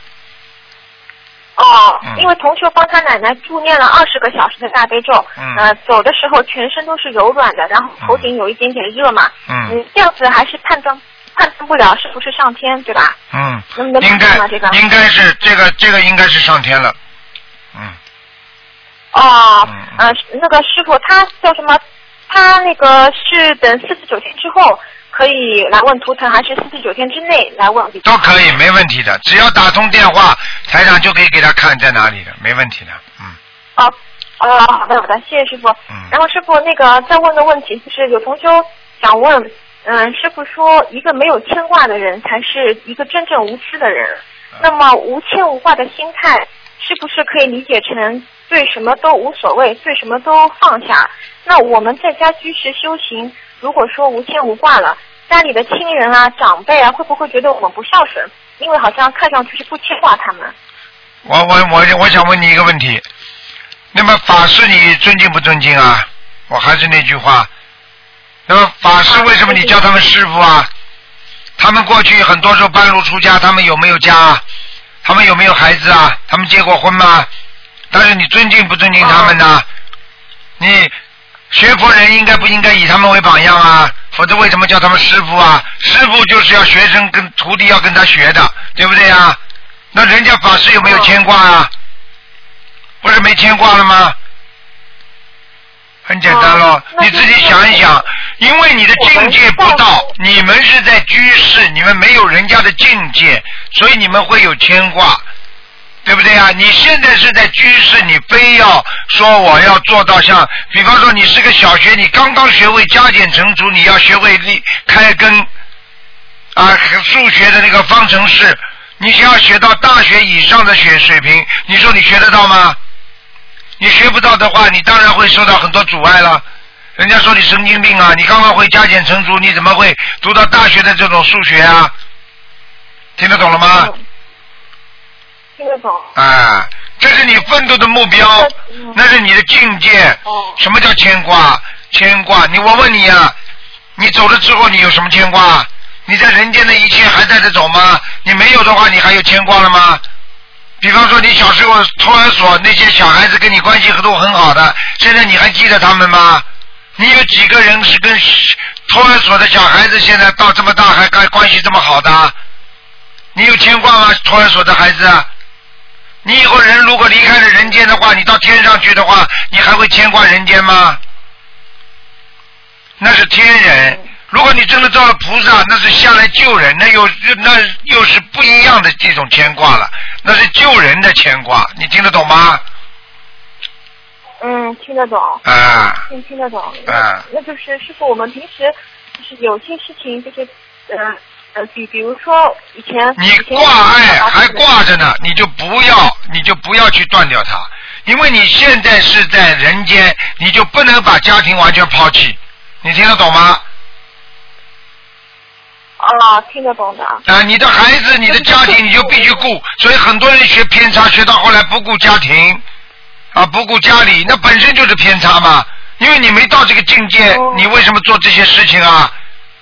G: 哦，因为同学帮他奶奶助念了二十个小时的大悲咒，
B: 嗯，
G: 呃，走的时候全身都是柔软的，然后头顶有一点点热嘛，
B: 嗯，
G: 嗯，这样子还是判断判断不了是不是上天，对吧？
B: 嗯，
G: 能不能
B: 应该
G: 这个
B: 应该是这个这个应该是上天了，嗯。
G: 哦，
B: 嗯、
G: 呃，那个师傅他叫什么？他那个是等四十九天之后可以来问图腾，还是四十九天之内来问？
B: 都可以，没问题的。只要打通电话，台长就可以给他看在哪里的，没问题的。嗯。
G: 哦，哦，好的好的，谢谢师傅。
B: 嗯。
G: 然后师傅那个再问的问题就是，有同修想问，嗯，师傅说一个没有牵挂的人才是一个真正无私的人。嗯、那么无牵无挂的心态，是不是可以理解成对什么都无所谓，对什么都放下？那我们在家居士修行，如果说无牵无挂了，家里的亲人啊、长辈啊，会不会觉得我们不孝顺？因为好像看上去是不牵挂他们。
B: 我我我我想问你一个问题，那么法师你尊敬不尊敬啊？我还是那句话，那么法师为什么你叫他们师父啊？他们过去很多时候半路出家，他们有没有家啊？他们有没有孩子啊？他们结过婚吗？但是你尊敬不尊敬他们呢？你学佛人应该不应该以他们为榜样啊？否则为什么叫他们师父啊？师父就是要学生跟徒弟要跟他学的，对不对啊？那人家法师有没有牵挂啊？不是没牵挂了吗？很简单咯，你自己想一想，因为你的境界不到，你们是在居士，你们没有人家的境界，所以你们会有牵挂。对不对啊？你现在是在居士，你非要说我要做到像，比方说你是个小学，你刚刚学会加减乘除，你要学会立开根啊，数学的那个方程式， 你想要学到大学以上的学水平，你说你学得到吗？你学不到的话，你当然会受到很多阻碍了。人家说你神经病啊，你刚刚会加减乘除，你怎么会读到大学的这种数学啊？听得懂了吗？
G: 嗯、听得懂。
B: 啊，这是你奋斗的目标，
G: 嗯、
B: 那是你的境界。
G: 哦。
B: 什么叫牵挂？牵挂，你我问你啊，你走了之后你有什么牵挂？你在人间的一切还在这走吗？你没有的话，你还有牵挂了吗？比方说你小时候托儿所那些小孩子跟你关系都很好的，现在你还记得他们吗？你有几个人是跟托儿所的小孩子现在到这么大还关关系这么好的？你有牵挂吗？托儿所的孩子啊，你以后人如果离开了人间的话，你到天上去的话，你还会牵挂人间吗？那是天人。如果你真的做了菩萨，那是下来救人，那又那又是不一样的这种牵挂了，那是救人的牵挂，你听得懂吗？
G: 嗯，听得懂。
B: 啊。
G: 听听得懂。
B: 啊。
G: 那就是师傅，我们平时就是有些事情，就是呃呃，比比如说以前
B: 你挂碍还挂着呢，你就不要，你就不要去断掉它，因为你现在是在人间，你就不能把家庭完全抛弃，你听得懂吗？
G: 啊，听得懂的。
B: 啊，你的孩子、你的家庭，你就必须顾。所以很多人学偏差，学到后来不顾家庭，啊，不顾家里，那本身就是偏差嘛。因为你没到这个境界，哦、你为什么做这些事情啊？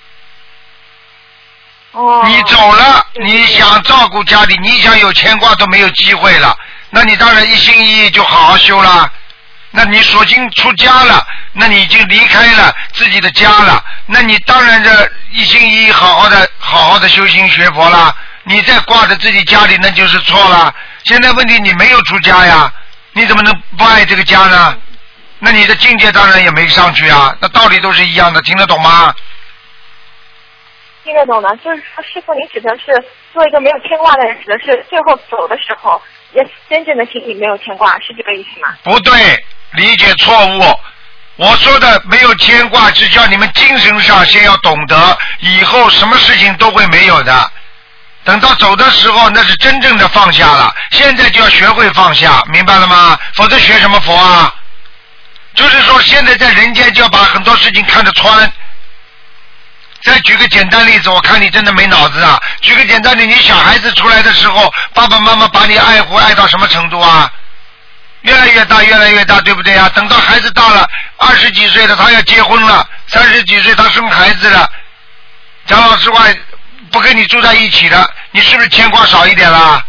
G: 哦。
B: 你走了，你想照顾家里，你想有牵挂都没有机会了，那你当然一心一意就好好修了。那你索性出家了，那你已经离开了自己的家了，那你当然这一心一意好好的好好的修行学佛了。你再挂在自己家里，那就是错了。现在问题你没有出家呀，你怎么能不爱这个家呢？那你的境界当然也没上去啊，那道理都是一样的，听得懂吗？
G: 听得懂的，就是说师父，你指的是做一个没有牵挂的人，指的是最后走的时候也真正的心里没有牵挂，是这个意思吗？
B: 不对，理解错误。我说的没有牵挂，只叫你们精神上先要懂得，以后什么事情都会没有的。等到走的时候，那是真正的放下了。现在就要学会放下，明白了吗？否则学什么佛啊？就是说，现在在人间就要把很多事情看得穿。再举个简单例子，我看你真的没脑子啊！举个简单例，你小孩子出来的时候，爸爸妈妈把你爱护爱到什么程度啊？越来越大，越来越大，对不对啊？等到孩子大了，二十几岁了，他要结婚了；三十几岁他生孩子了。讲老实话，不跟你住在一起了，你是不是牵挂少一点啦？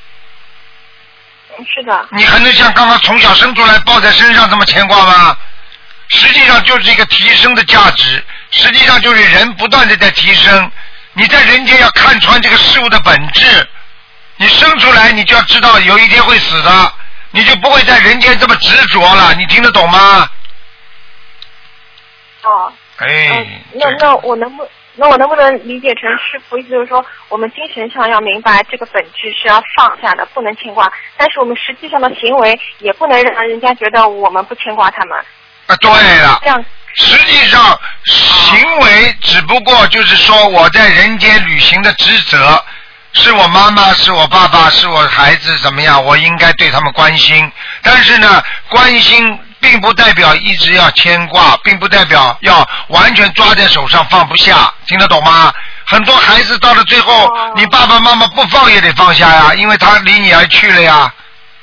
G: 是的。
B: 你还能像刚刚从小生出来抱在身上这么牵挂吗？实际上就是一个提升的价值，实际上就是人不断的在提升。你在人间要看穿这个事物的本质，你生出来你就要知道有一天会死的，你就不会在人间这么执着了。你听得懂吗？
G: 哦。
B: 哎。
G: 呃、那那我能不那我能不能理解成师父意思就是说，我们精神上要明白这个本质是要放下的，不能牵挂，但是我们实际上的行为也不能让人家觉得我们不牵挂他们。
B: 啊，对了。
G: 这样。
B: 实际上，行为只不过就是说我在人间履行的职责，是我妈妈，是我爸爸，是我孩子怎么样，我应该对他们关心。但是呢，关心并不代表一直要牵挂，并不代表要完全抓在手上放不下，听得懂吗？很多孩子到了最后，哦、你爸爸妈妈不放也得放下呀，因为他离你而去了呀。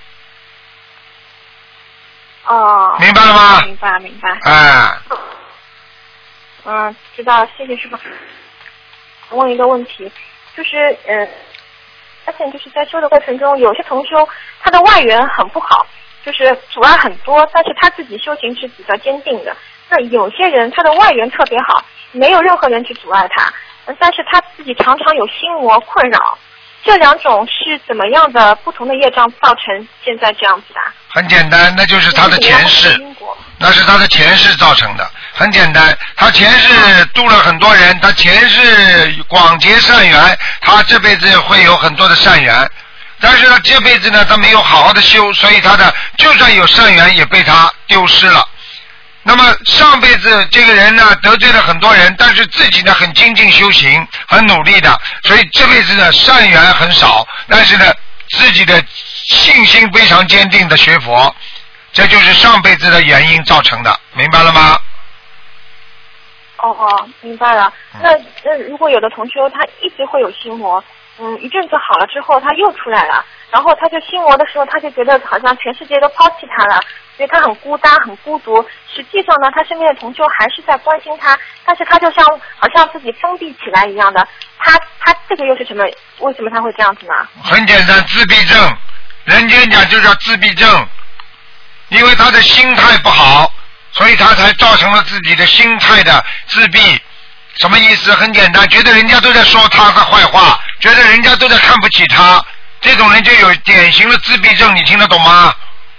G: 哦，
B: 明白了吗？
G: 明白明白。
B: 哎。
G: 嗯，知道，谢谢师傅。问一个问题，就是嗯，而且就是在修的过程中，有些同修他的外缘很不好，就是阻碍很多，但是他自己修行是比较坚定的。那有些人他的外缘特别好，没有任何人去阻碍他，但是他自己常常有心魔困扰。这两种是怎么样的不同的业障造成现在这样子啊？
B: 很简单，那就是他的前世，那是他的前世造成的。很简单，他前世度了很多人，他前世广结善缘，他这辈子会有很多的善缘。但是呢，这辈子呢，他没有好好的修，所以他的就算有善缘也被他丢失了。 那么上辈子这个人呢得罪了很多人，但是自己呢很精进修行，很努力的，所以这辈子呢善缘很少，但是呢自己的信心非常坚定的学佛，这就是上辈子的原因造成的，明白了吗？
G: 哦哦，明白了。那那如果有的同修他一直会有心魔，嗯，一阵子好了之后他又出来了，然后他就心魔的时候他就觉得好像全世界都抛弃他了，所以他很孤单很孤独。实际上呢，他身边的同修还是在关心他，但是他就像好像自己封闭起来一样的。他他这个又是什么？为什么他会这样子呢？
B: 很简单，自闭症，人间讲就叫自闭症，因为他的心态不好，所以他才造成了自己的心态的自闭。什么意思？很简单，觉得人家都在说他的坏话，觉得人家都在看不起他，这种人就有典型的自闭症，你听得懂吗？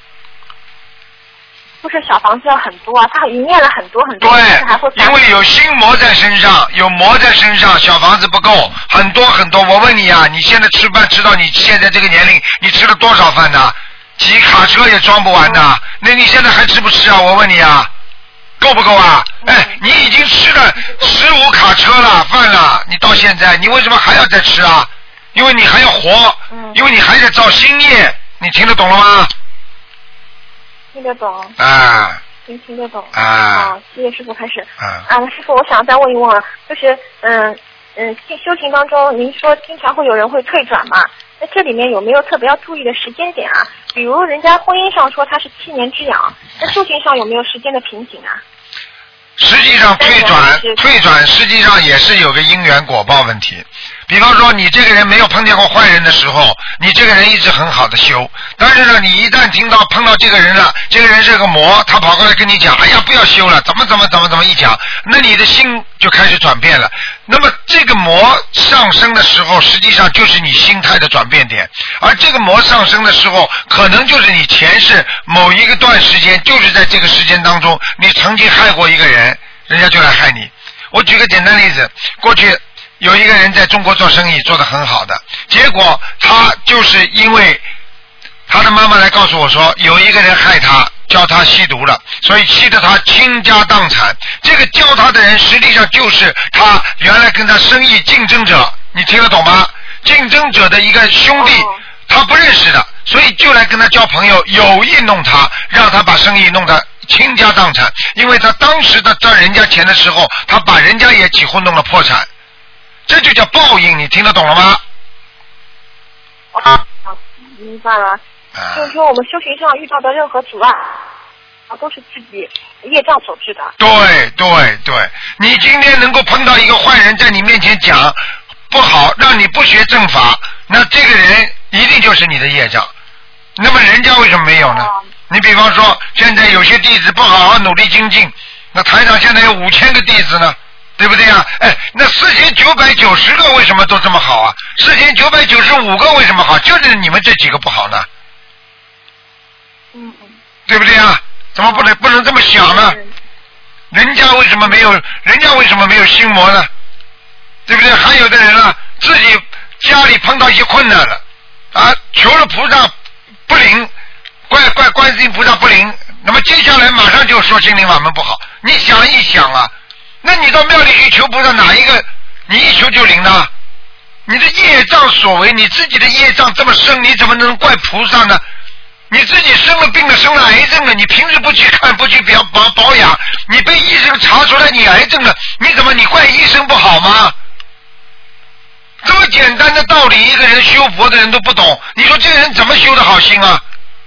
G: 不是小房子要很多啊，他已经念了很多很多，
B: 对，
G: 还会
B: 因为有心魔在身上，有魔在身上，小房子不够，很多很多。我问你啊，你现在吃饭吃到你现在这个年龄，你吃了多少饭呢？几卡车也装不完的，那你现在还吃不吃啊？我问你啊，够不够啊？哎，你已经吃了十五卡车了饭了，你到现在你为什么还要再吃啊？因为你还要活，因为你还在造新业，你听得懂了吗？
G: 听得懂
B: 啊，
G: 听听得懂
B: 啊。
G: 啊，谢谢师傅开始。
B: 啊，
G: 啊，师傅，我想再问一问，就是嗯嗯，修行当中，您说经常会有人会退转嘛？那这里面有没有特别要注意的时间点啊？比如人家婚姻上说他是七年之痒，那修行上有没有时间的瓶颈啊？
B: 实际上退转退转实际上也是有个因缘果报问题。比方说你这个人没有碰见过坏人的时候，你这个人一直很好的修，但是呢你一旦听到碰到这个人了，这个人是个魔，他跑过来跟你讲，哎呀不要修了，怎么怎么怎么怎么一讲，那你的心就开始转变了。那么这个魔上升的时候，实际上就是你心态的转变点，而这个魔上升的时候，可能就是你前世某一个段时间，就是在这个时间当中你曾经害过一个人，人家就来害你。我举个简单例子，过去有一个人在中国做生意做得很好的，结果他就是因为他的妈妈来告诉我说有一个人害他，叫他吸毒了，所以气得他倾家荡产。这个教他的人实际上就是他原来跟他生意竞争者，你听得懂吗？竞争者的一个兄弟，他不认识的，所以就来跟他交朋友，有意弄他，让他把生意弄得倾家荡产。因为他当时的赚人家钱的时候，他把人家也几乎弄了破产，这就叫报应，你听得懂了吗？
G: 啊，明白了。啊、就是说我们修行上遇到的任何阻碍，啊，都是自己业障所致的。
B: 对对对，你今天能够碰到一个坏人在你面前讲不好，让你不学正法，那这个人一定就是你的业障。那么人家为什么没有呢？哦、你比方说现在有些弟子不好好努力精进，那台长现在有五千个弟子呢，对不对啊？哎，那四千九百九十个为什么都这么好啊？四千九百九十五个为什么好？就是你们这几个不好呢？
G: 嗯嗯，
B: 对不对啊？怎么不能、哦、不能这么想呢？人家为什么没有？人家为什么没有心魔呢？对不对？还有的人呢，自己家里碰到一些困难了啊，求了菩萨不灵，怪怪观世音菩萨不灵，那么接下来马上就说心灵法门不好。你想一想啊，那你到庙里去求菩萨，哪一个你一求就灵呢？你的业障所为，你自己的业障这么深，你怎么能怪菩萨呢？你自己生了病了，生了癌症了，你平时不去看不去保保保养，你被医生查出来你癌症了，你怎么你怪医生不好吗？这么简单的道理，一个人修佛的人都不懂，你说这个人怎么修的好心啊？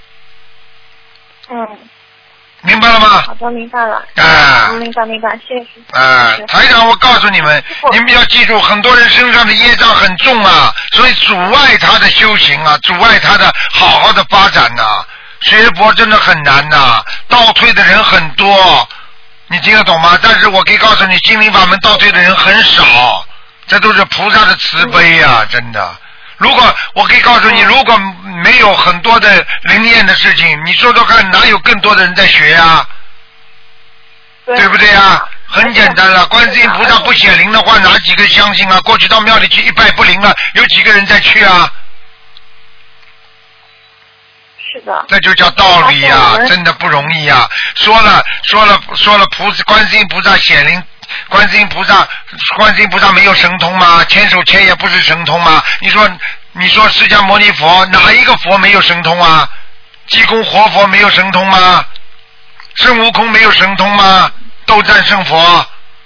G: 嗯，
B: 明白了吗？
G: 好的，明白了。
B: 啊，
G: 明白明白，谢谢。
B: 啊，台长，我告诉你们，你们要记住，很多人身上的业障很重啊，所以阻碍他的修行啊，阻碍他的好好的发展呐、啊。学佛真的很难呐、啊，倒退的人很多，你听得懂吗？但是我可以告诉你，心灵法门倒退的人很少，这都是菩萨的慈悲呀、啊，真的。如果我可以告诉你，如果没有很多的灵验的事情，你说说看，哪有更多的人在学呀、啊？对不对呀？很简单了，观世音菩萨不显灵的话，哪几个相信啊？过去到庙里去一拜不灵了，有几个人在去啊？
G: 是
C: 的。
B: 这就叫道理呀、啊，真的不容易呀、啊。说了说了说了，菩萨观世音菩萨显灵，观世音菩萨观世音菩萨没有神通吗？千手千眼不是神通吗？你说你说释迦牟尼佛哪一个佛没有神通啊？济公活佛没有神通吗？孙悟空没有神通吗？斗战胜佛。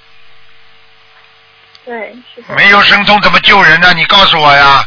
C: 对，是的。
B: 没有神通怎么救人呢？你告诉我呀。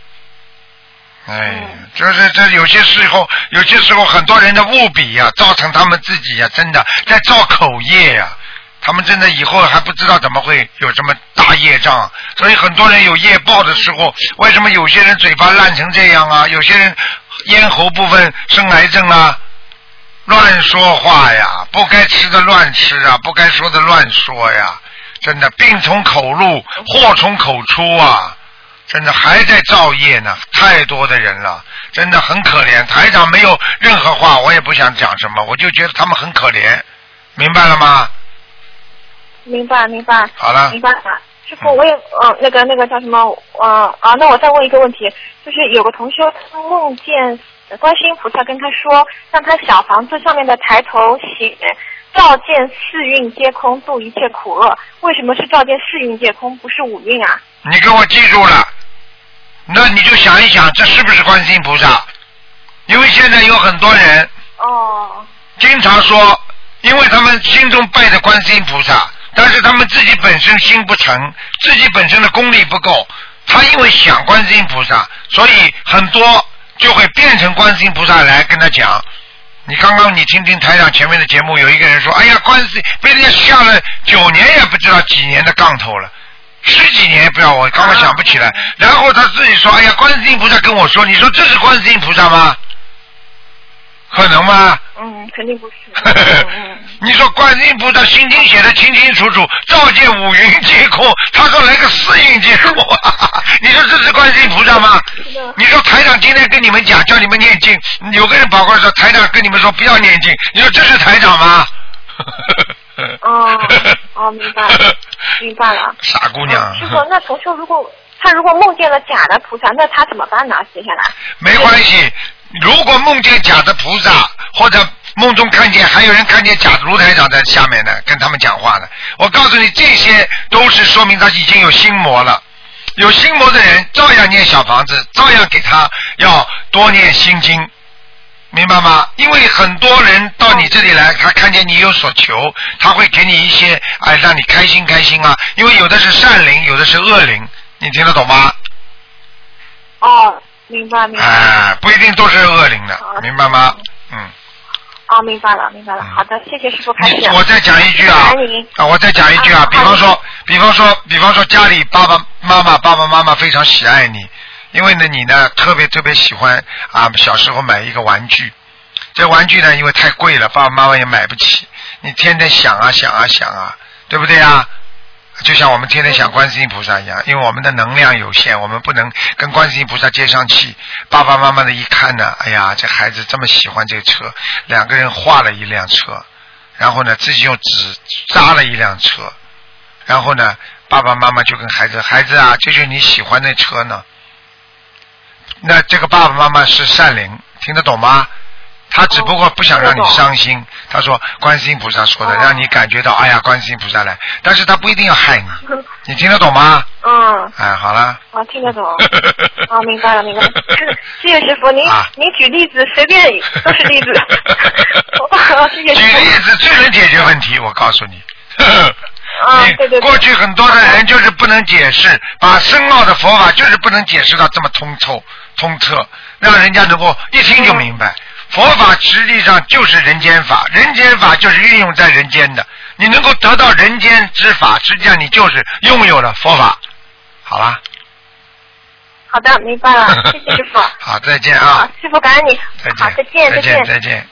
B: 哎，就是这有些时候，有些时候很多人的误比呀、啊，造成他们自己呀、啊，真的在造口业呀、啊。他们真的以后还不知道怎么会有这么大业障，所以很多人有业报的时候，为什么有些人嘴巴烂成这样啊？有些人咽喉部分生癌症啊，乱说话呀，不该吃的乱吃啊，不该说的乱说呀。真的病从口入，祸从口出啊！真的还在造业呢，太多的人了，真的很可怜。台长没有任何话，我也不想讲什么，我就觉得他们很可怜，明白了吗？
C: 明白，明白。
B: 好了。
C: 明白了。师傅，我也嗯、呃，那个那个叫什么？呃啊，那我再问一个问题，就是有个同修梦见观世音菩萨跟他说，让他小房子上面的抬头写照见四蕴皆空，度一切苦厄。为什么是照见四蕴皆空，不是五蕴啊？
B: 你给我记住了，那你就想一想，这是不是观世音菩萨？因为现在有很多人
C: 哦，
B: 经常说，因为他们心中拜的观世音菩萨，但是他们自己本身心不诚，自己本身的功力不够，他因为想观世音菩萨，所以很多就会变成观世音菩萨来跟他讲。你刚刚你听听台长前面的节目，有一个人说，哎呀，观世被人家下了九年也不知道几年的杠头了，十几年不要，我刚刚想不起来。然后他自己说，哎呀，观世音菩萨跟我说，你说这是观世音菩萨吗？可能吗？
C: 嗯，肯定不是。嗯、
B: 你说观世音菩萨心经写的清清楚楚，照见五蕴皆空，他说来个四蕴皆空，你说这是观世音菩萨吗？你说台长今天跟你们讲，叫你们念经，有个人跑过来说台长跟你们说不要念经，你说这是台长吗？
C: 哦哦，明白了，明白了。
B: 傻姑娘。
C: 师傅，那同修如果他如果梦见了假的菩萨，那他怎么办呢？接下来？
B: 没关系。如果梦见假的菩萨，或者梦中看见还有人看见假的卢台长在下面呢，跟他们讲话呢，我告诉你，这些都是说明他已经有心魔了。有心魔的人照样念小房子，照样给他要多念心经，明白吗？因为很多人到你这里来，他看见你有所求，他会给你一些哎让你开心开心啊。因为有的是善灵，有的是恶灵，你听得懂吗？
C: 哦。明白明白。
B: 哎，不一定都是恶灵的，明白吗？嗯。
C: 哦，明白了明白了。好的，谢谢师傅开始。
B: 我再讲一句啊，啊，我再讲一句啊，比方说，比方说，比方说，家里爸爸妈妈爸爸妈妈非常喜爱你，因为呢，你呢特别特别喜欢啊，小时候买一个玩具，这玩具呢因为太贵了，爸爸妈妈也买不起，你天天想啊想啊想啊，对不对啊？就像我们天天想观世音菩萨一样，因为我们的能量有限，我们不能跟观世音菩萨接上气。爸爸妈妈的一看呢，哎呀，这孩子这么喜欢这个车，两个人画了一辆车，然后呢自己用纸扎了一辆车，然后呢爸爸妈妈就跟孩子，孩子啊，这就是你喜欢的车呢。那这个爸爸妈妈是善灵，听得懂吗？他只不过不想让你伤心，他说观世音菩萨说的，让你感觉到哎呀观世音菩萨来，但是他不一定要害你，你听得懂吗？
C: 嗯。
B: 哎，好了。
C: 我听得懂。哦，明白了明白了。谢谢师傅，您、啊、您举例子随便都是例子。谢谢师傅。
B: 举例子最能解决问题，我告诉你。
C: 啊，对对对。
B: 过去很多的人就是不能解释，把深奥的佛法就是不能解释到这么通透通彻，让人家能够一听就明白。嗯，佛法实际上就是人间法，人间法就是运用在人间的。你能够得到人间之法，实际上你就是拥有了佛法。好了。
C: 好的，明白了，谢谢师傅。
B: 好，再见啊。
C: 好，师傅感恩你。
B: 再见。
C: 好，再见，
B: 再
C: 见，
B: 再见。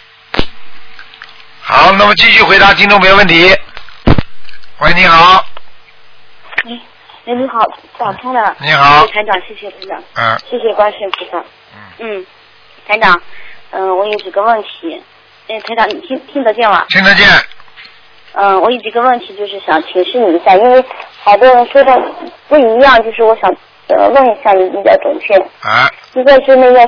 B: 好，那么继续回答听众朋友问题。喂，你好。
J: 哎，哎，你好，打通了。
B: 你好。
J: 台长，谢谢台长。
B: 嗯。
J: 谢谢观世音菩萨。嗯。嗯，台长。嗯、呃，我有几个问题，哎，台长，你听听得见吗？
B: 听得见。
J: 嗯、呃，我有几个问题，就是想请示你一下，因为好多人说的不一样，就是我想呃问一下你比较准确。
B: 啊。
J: 一个是那个啥，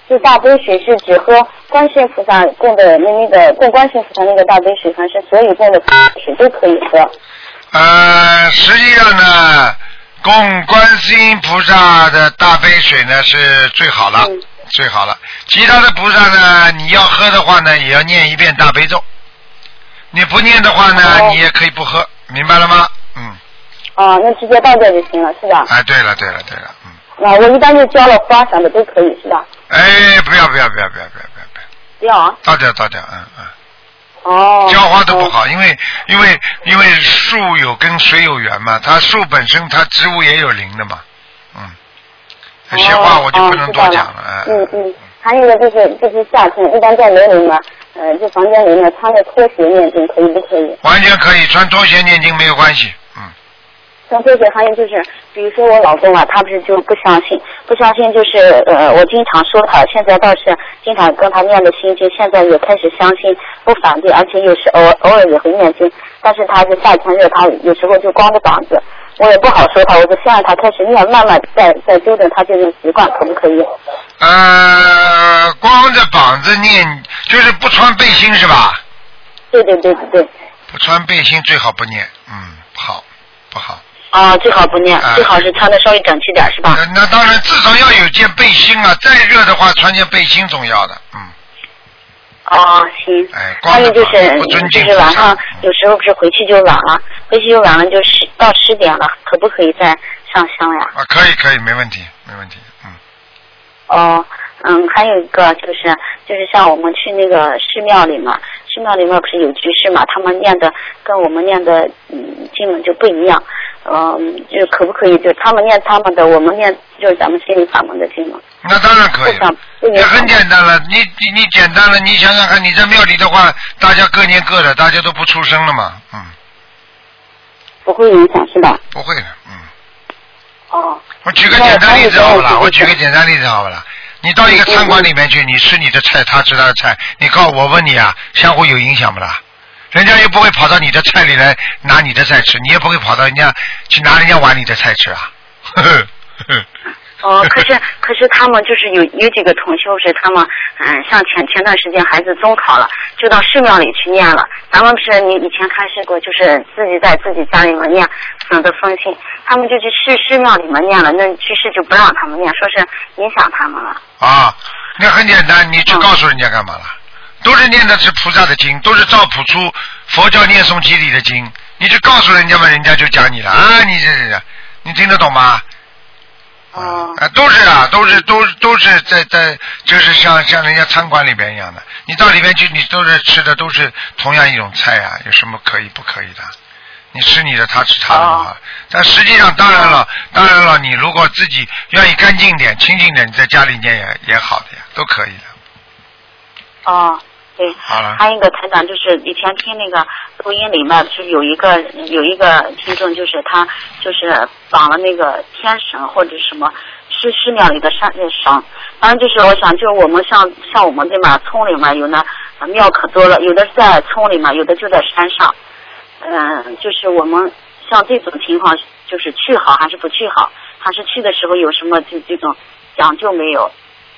J: 就大杯水是只喝观世音菩萨供的那那个供观世音菩萨那个大杯水，还是所有供的水都可以喝？
B: 呃，实际上呢，供观世音菩萨的大杯水呢是最好了，嗯、最好了。其他的菩萨呢，你要喝的话呢，也要念一遍大悲咒。你不念的话呢，哦、你也可以不喝，明白了吗？嗯。
J: 哦，那直接倒掉就行了，是吧？
B: 哎，对了，对了，对了，嗯。
J: 啊，我一般就浇了花啥的都可以，是吧？
B: 哎，不要不要不要不要不要不要不要！
J: 不要啊？
B: 倒掉倒掉，嗯嗯。
J: 哦。
B: 浇花都不好，因为因为因为树有跟水有缘嘛，它树本身它植物也有灵的嘛，嗯。有些话我就不能多讲了，
J: 哦、嗯嗯。还有一个就是就是夏天，一般在楼里面，呃，就房间里面穿着拖鞋念经可以不可以？
B: 完全可以，穿拖鞋念经没有关系。
J: 像这些，还有就是，比如说我老公啊，他不是就不相信，不相信就是呃，我经常说他，现在倒是经常跟他念的心经，现在也开始相信，不反对，而且有时偶偶尔也会念经，但是他是夏天热，他有时候就光着膀子，我也不好说他，我就希望他开始念，慢慢再再纠正他这种习惯，可不可以？
B: 呃，光着膀子念，就是不穿背心是吧？
J: 对对对对对。
B: 不穿背心最好不念，嗯，不好，不好。
J: 啊、哦，最好不念，呃、最好是穿的稍微整齐点，是吧？
B: 那那当然，至少要有件背心啊！再热的话，穿件背心总要的，嗯。
J: 哦，行。
B: 哎，
J: 还有就是就是晚上有时候不是回去就晚了，回去就晚了，就十到十点了，可不可以再上香呀？
B: 啊，可以可以，没问题没问题，嗯。
J: 哦，嗯，还有一个就是就是像我们去那个寺庙里嘛，寺庙里面不是有居士嘛，他们念的跟我们念的嗯经文就不一样。嗯，就可不可以？就他们念他们的，我们念就是咱们心灵法门的经吗？
B: 那当然可以，也很简单了。你你你简单了，你想想看，你在庙里的话，大家各念各的，大家都不出声了嘛，嗯。
J: 不会影响是吧？
B: 不会的，嗯。
J: 哦。
B: 我举个简单例子好不啦？我举个简单例子好不啦？你到一个餐馆里面去，你吃你的菜，他吃他的菜，你告诉我问你啊，相互有影响不啦？人家又不会跑到你的菜里来拿你的菜吃，你也不会跑到人家去拿人家碗里的菜吃啊。呵呵呵
J: 哦，可是可是他们就是有有几个同修是他们嗯，像前前段时间孩子中考了，就到寺庙里去念了。咱们不是你以前开示过，就是自己在自己家里面念省得封信，他们就去寺寺庙里面念了，那居士就不让他们念，说是影响他们了。
B: 啊，那很简单，你去告诉人家干嘛了？嗯，都是念的是菩萨的经，都是照谱出佛教念诵集里的经，你去告诉人家嘛，人家就讲你了啊！你这这，你听得懂吗？
J: 哦。
B: 啊，都是啊，都是都都是在在，就是像像人家餐馆里边一样的，你到里边去，你都是吃的都是同样一种菜啊，有什么可以不可以的？你吃你的，他吃他的嘛。哦，但实际上，当然了，当然了，你如果自己愿意干净点、清净点，你在家里念也也好的呀，都可以的。
J: 哦，对，
B: 好了。
J: 还有一个台长，就是以前听那个录音里面，就是有一个有一个听众，就是他就是绑了那个天绳或者什么寺寺庙里的山绳，反正就是我想，就是我们像像我们这边村里面有那庙可多了，有的是在村里面，有的就在山上，嗯，就是我们像这种情况，就是去好还是不去好，还是去的时候有什么这这种讲究没有？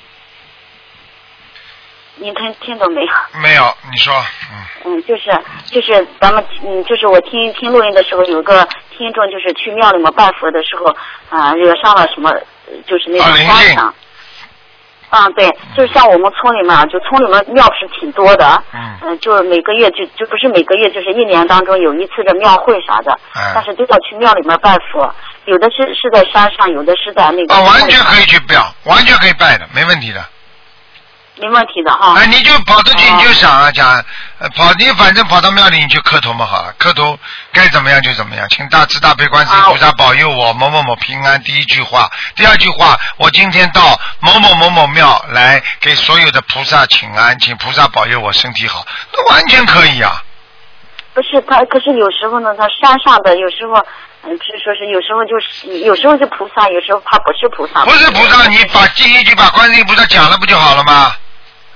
J: 您听听懂没有？
B: 没有，你说。嗯。
J: 嗯，就是就是咱们嗯，就是我听听录音的时候，有个听众就是去庙里面拜佛的时候啊、呃，惹上了什么，就是那种灾伤。啊，对，就是像我们村里面，就村里面庙是挺多的，嗯、呃，就是每个月就就不是每个月，就是一年当中有一次的庙会啥的，嗯、但是都要去庙里面拜佛，有的是是在山上，有的是在那个。
B: 啊，完全可以去拜，完全可以拜的，没问题的。
J: 没问题的哈。
B: 哎，你就跑得去，你就想啊，讲，呃，跑你反正跑到庙里你就磕头嘛好了，磕头该怎么样就怎么样，请大慈大悲观世音菩萨保佑我某某某平安。第一句话，第二句话，我今天到某某某某庙来给所有的菩萨请安，请菩萨保佑我身体好，那完全可以啊。
J: 不是他，可是有时候呢，他山上的有时候。嗯，就是说是有时候就是有时候是菩萨，有时候他不是菩萨。
B: 不是菩萨，你把第一句把观世音菩萨讲了不就好了吗？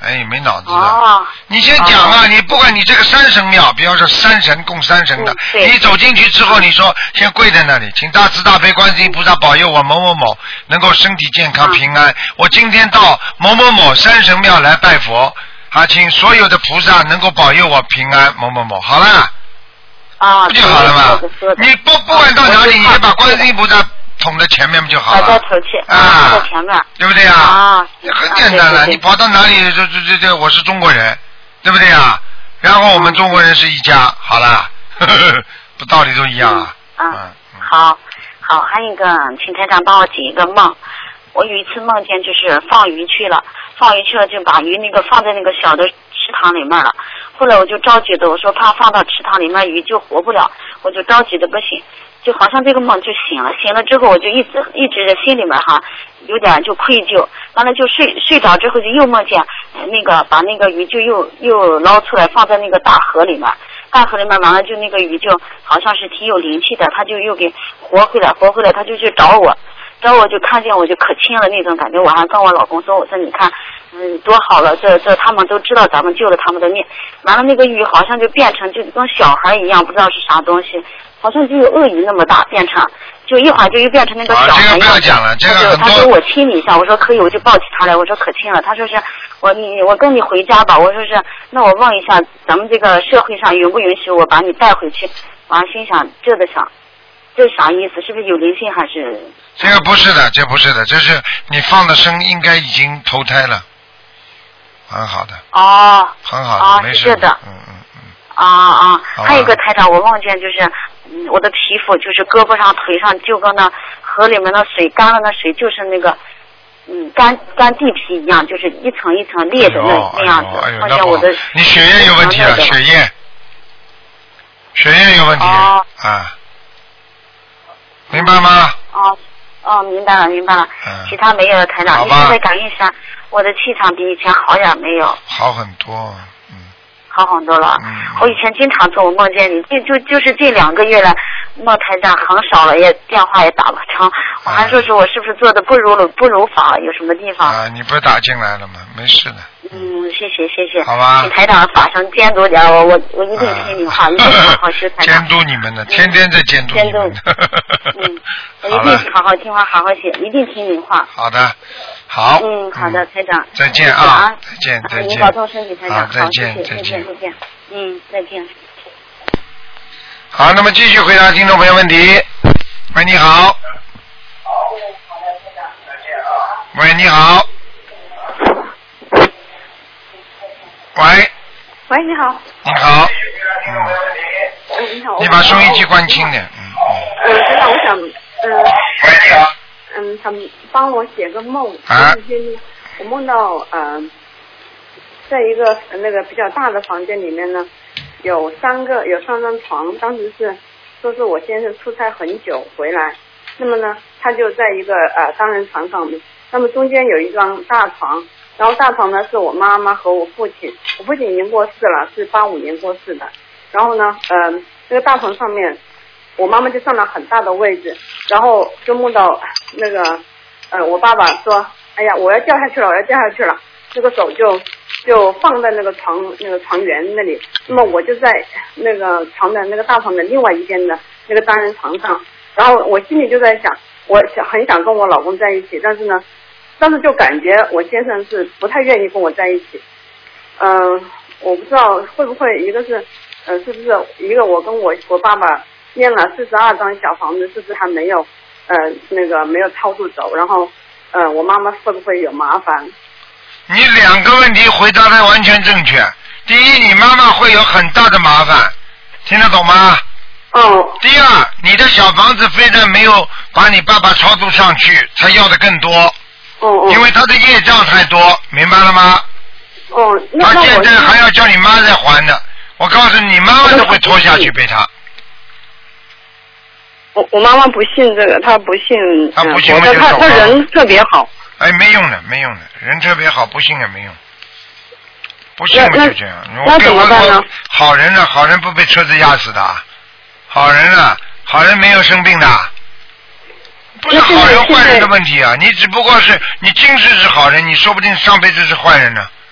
B: 哎，没脑子的。
J: 哦。
B: 你先讲啊，你不管你这个三神庙，比方说三神供三神的，
J: 嗯、
B: 你走进去之后，你说先跪在那里，请大慈大悲观世音菩萨保佑我某某某能够身体健康平安。嗯、我今天到某某某三神庙来拜佛，啊，请所有的菩萨能够保佑我平安，某某某，好了。
J: 啊。
B: 不就好了吗？你不不管到哪里，你先把观世音菩萨捅在前面不就好了？
J: 摆在头前
B: 啊，
J: 在前面，
B: 对不对呀？
J: 啊，
B: 很简单了。你跑到哪里，这这这这，我是中国人，对不对呀？然后我们中国人是一家，好了，呵呵不道理都一样啊。
J: 嗯，好，好，还有一个，请台长帮我解一个梦。我有一次梦见就是放鱼去了，放鱼去了就把鱼那个放在那个小的池塘里面了。后来我就着急的，我说怕放到池塘里面鱼就活不了，我就着急的不行。就好像这个梦就醒了，醒了之后我就一直一直在心里面哈，有点就愧疚，完了就睡睡着之后就又梦见、呃、那个把那个鱼就又又捞出来放在那个大河里面，大河里面完了就那个鱼就好像是挺有灵气的，他就又给活回来，活回来他就去找我，找我就看见我就可亲了那种感觉，我还跟我老公说，我说你看嗯多好了，这这他们都知道咱们救了他们的命，完了那个鱼好像就变成就跟小孩一样，不知道是啥东西。好像就有鳄鱼那么大，变成就一会儿就又变成那个小孩一样。啊，这个不要讲了，这个很多。他说我亲你一下，我说可以，我就抱起他来，我说可亲了。他说是我你我跟你回家吧，我说是那我问一下，咱们这个社会上允不允许我把你带回去？完了心想这的想，这是啥意思？是不是有灵性还是？
B: 这个不是的，这不是的，这是你放的生应该已经投胎了，很好的。
J: 哦。
B: 很好的，
J: 哦，
B: 没事。
J: 是的。嗯嗯嗯。啊啊！还有一个台长，我梦见就是。嗯，我的皮肤就是胳膊上、腿上，就跟那河里面的水干了，那水就是那个，嗯，干干地皮一样，就是一层一层裂的那、哎、那样子。
B: 哎
J: 好像我的
B: 你血液有问题了，血液，血液有问题、哦、啊，明白吗？
J: 哦哦，明白了，明白了。嗯、其他没有了，台长，你现在感应一下，我的气场比以前好点没有？
B: 好很多。
J: 好很多了，嗯、我以前经常做，我梦见你，就就就是这两个月来，梦台长很少了，也电话也打不成，我还说是我是不是做的不如不如法，有什么地方？
B: 啊，你不是打进来了吗？没事的。
J: 嗯，谢谢谢谢。
B: 好吧。
J: 请台长法上监督点我，我我一定听你话，啊、一定好好修台长。
B: 监督你们的，天天在监督你们。监督。
J: 嗯，我一定好好听话，好好写，一定听你话。
B: 好的。好。
J: 嗯，好的，台长。
B: 再见啊！再见，再见。
J: 您保重身体，台长。
B: 好，再见，
J: 再见，再见。嗯，再见。
B: 好，那么继续回答听众朋友问题。喂，你好。喂，你好。喂。
K: 喂，你好。
B: 你好。
K: 嗯。嗯，你好。
B: 你把收音机关轻点。嗯。
K: 嗯，台长，我想，嗯。
B: 喂，你好。
K: 嗯，想帮我写个梦。
B: 啊。
K: 我梦到呃，在一个那个比较大的房间里面呢，有三个有三张床，当时是说是我先生出差很久回来，那么呢，他就在一个呃单人床上面，那么中间有一张大床，然后大床呢是我妈妈和我父亲，我父亲已经过世了，是八五年过世的，然后呢，呃，那个大床上面，我妈妈就占了很大的位置，然后就梦到那个呃我爸爸说，哎呀，我要掉下去了，我要掉下去了，这个手就就放在那个床那个床缘那里，那么我就在那个床的那个大床的另外一边的那个单人床上，然后我心里就在想，我想很想跟我老公在一起，但是呢，但是就感觉我先生是不太愿意跟我在一起，嗯、呃，我不知道会不会一个是呃是不是一个我跟我我爸爸念了四十二张小房子，是不是还没有呃那个没有超度走，然后呃我妈妈会不会有麻烦？
B: 你两个问题回答的完全正确。第一，你妈妈会有很大的麻烦，听得懂吗？
K: 哦。
B: 第二，你的小房子非但没有把你爸爸超度上去，他要的更多。
K: 哦哦。
B: 因为他的业障太多，明白了吗？
K: 哦。那
B: 他现在还要叫你妈再还的，我告诉你，妈妈都会拖下去被他。
K: 我我妈妈不信这个，她不信。
B: 她不信，
K: 她她人特别好。
B: 哎，没用的，没用的，人特别好，不信也没用。不信嘛就这样。
K: 那怎么办呢？
B: 好人呢？好人不被车子压死的。好人啊，好人没有生病的。不是好人坏人的问题啊！你只不过是你今世是好人，你说不定上辈子是坏人呢。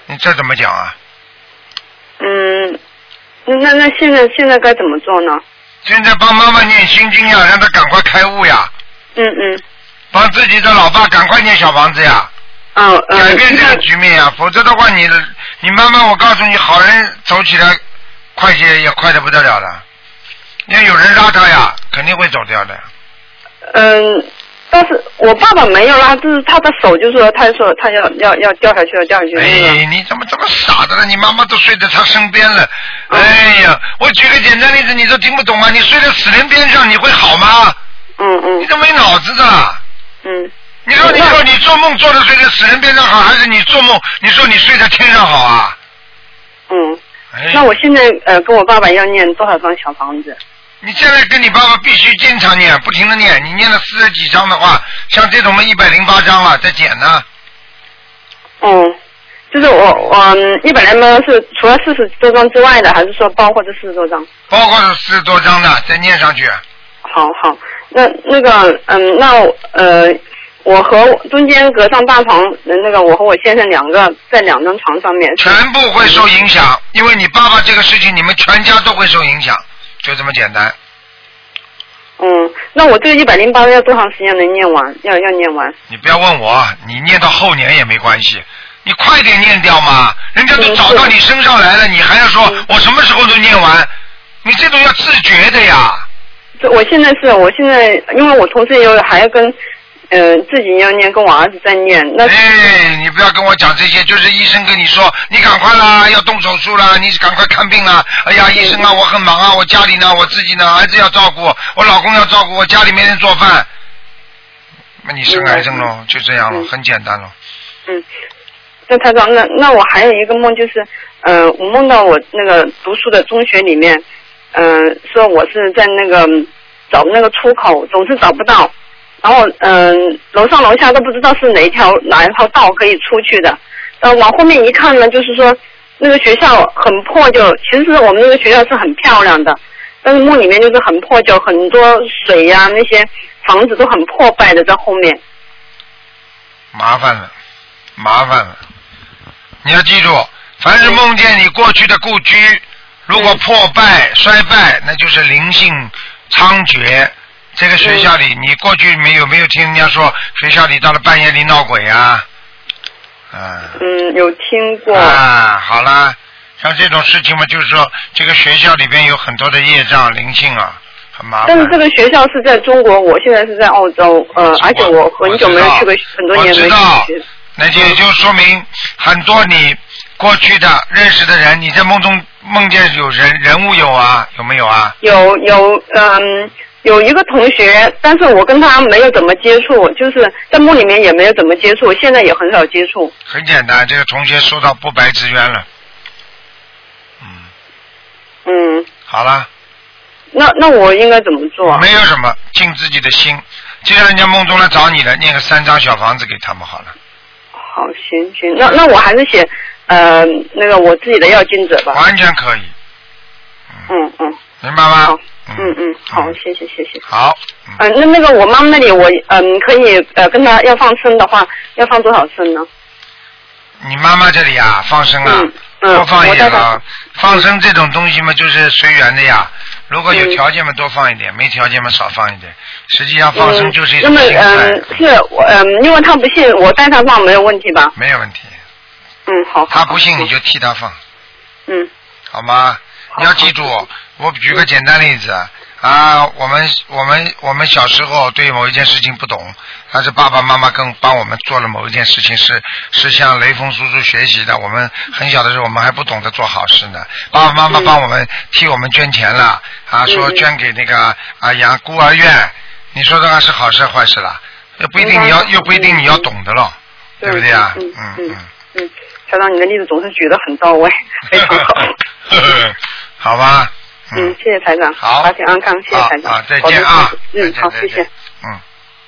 B: 你这怎么讲啊？
K: 嗯，那那现在现在该怎么做呢？
B: 现在帮妈妈念心经呀，让她赶快开悟呀。
K: 嗯嗯。
B: 帮自己的老爸赶快念小房子呀。
K: 嗯嗯。
B: 改变这个局面呀，否则的话你，你你慢慢，我告诉你，好人走起来快些也快得不得了的。要有人拉他呀，肯定会走掉的。
K: 嗯，但是我爸爸没有拉，就是他的手就说，他说他要要要掉下去了，掉下去了。
B: 哎，你怎么这么傻的了？你妈妈都睡在他身边了。嗯、哎呀，我举个简单例子，你都听不懂啊！你睡在死人边上，你会好吗？
K: 嗯嗯。你
B: 都没脑子的。
K: 嗯。
B: 你说，你说你做梦做的睡在死人边上好，还是你做梦你说你睡在天上好啊？
K: 嗯。
B: 哎、
K: 那我现在呃跟我爸爸要念多少张小房子？
B: 你现在跟你爸爸必须经常念，不停的念。你念了四十几章的话，像这种嘛一百零八章了，再减呢。
K: 嗯，就是我我一百零八是除了四十多章之外的，还是说包括这四十多章？
B: 包括这四十多章的，再念上去。
K: 好好，那那个嗯，那呃，我和中间隔上大床，那个我和我先生两个在两张床上面，
B: 全部会受影响，因为你爸爸这个事情，你们全家都会受影响。就这么简单。
K: 嗯，那我这个一百零八要多长时间能念完？要要念完？
B: 你不要问我，你念到后年也没关系，你快点念掉嘛。人家都找到你身上来了，你还要说我什么时候都念完？你这种要自觉的呀。
K: 这我现在是，我现在因为我同时有还要跟。呃，自己要念，跟我儿子在念。那
B: 哎，你不要跟我讲这些，就是医生跟你说，你赶快啦，要动手术啦，你赶快看病啦。哎呀，医生啊，我很忙啊，我家里呢，我自己呢，儿子要照顾，我老公要照顾，我家里没人做饭，那你生癌症喽，嗯、就这样了，嗯、很简单了。
K: 嗯，那台长，那那我还有一个梦，就是呃，我梦到我那个读书的中学里面，嗯、呃，说我是在那个找那个出口，总是找不到。然后嗯、呃，楼上楼下都不知道是哪一条哪一条道可以出去的。呃，往后面一看呢，就是说那个学校很破旧。其实我们那个学校是很漂亮的，但是梦里面就是很破旧，很多水呀、啊，那些房子都很破败的在后面。
B: 麻烦了，麻烦了！你要记住，凡是梦见你过去的故居，如果破败衰败，那就是灵性猖獗。这个学校里，嗯、你过去没有没有听人家说学校里到了半夜里闹鬼啊？嗯。
K: 嗯，有听过。
B: 啊，好啦，像这种事情嘛，就是说这个学校里边有很多的业障灵性啊，很麻烦。
K: 但是这个学校是在中国，我现在是在澳洲，呃，而且我很久没有去过，很多年没有去。
B: 我知道，那就就说明很多你过去的认识的人，你在梦中梦见有人人物有啊，有没有啊？
K: 有有嗯。有一个同学，但是我跟他没有怎么接触，就是在梦里面也没有怎么接触，现在也很少接触。
B: 很简单，这个同学受到不白之冤了。嗯。
K: 嗯。
B: 好了。
K: 那那我应该怎么做啊？
B: 没有什么，尽自己的心。既然人家梦中来找你了，念个三张小房子给他们好了。
K: 好，行行，那那我还是写呃那个我自己的要经者吧。
B: 完全可以。
K: 嗯嗯。
B: 明白吗？
K: 好嗯嗯，好，谢谢谢谢。
B: 好。
K: 嗯、呃，那那个我妈妈那里我嗯可以呃跟她要放生的话，要放多少生呢？
B: 你妈妈这里啊，放生啊，
K: 嗯嗯、
B: 多放一点啊。放生这种东西嘛，就是随缘的呀。如果有条件嘛，多放一点；没条件嘛，少放一点。实际上放生就是一种心态。
K: 嗯，那么嗯是我嗯，因为他不信，我带他放没有问题吧？
B: 没有问题。
K: 嗯，好。
B: 他不信你就替他放。
K: 嗯。
B: 好吗？你要记住，我举个简单例子啊，我们我们我们小时候对某一件事情不懂，但是爸爸妈妈更帮我们做了某一件事情，是是向雷锋叔叔学习的。我们很小的时候，我们还不懂得做好事呢，爸爸妈妈帮我们替我们捐钱了啊，说捐给那个啊养孤儿院，你说这个是好事坏事了？又不一定你要又不一定你要懂的了，对不对啊？
K: 嗯嗯嗯，台长，你的例子总是举得很到位，非常好。
B: 好吧。
K: 嗯，谢谢台长。
B: 好，
K: 法体安康，谢谢台长。
B: 好，再见啊。
K: 嗯，好，谢谢。
B: 嗯。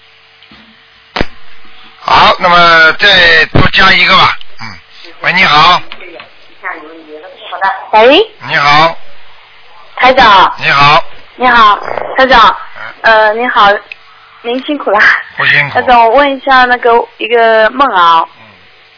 B: 好，那么再多加一个吧。嗯。喂，你好。
L: 喂。
B: 你好。
L: 台长。
B: 你好。
L: 你好，台长。呃，你好，您辛苦了。
B: 不辛苦。
L: 台长，我问一下那个一个梦啊。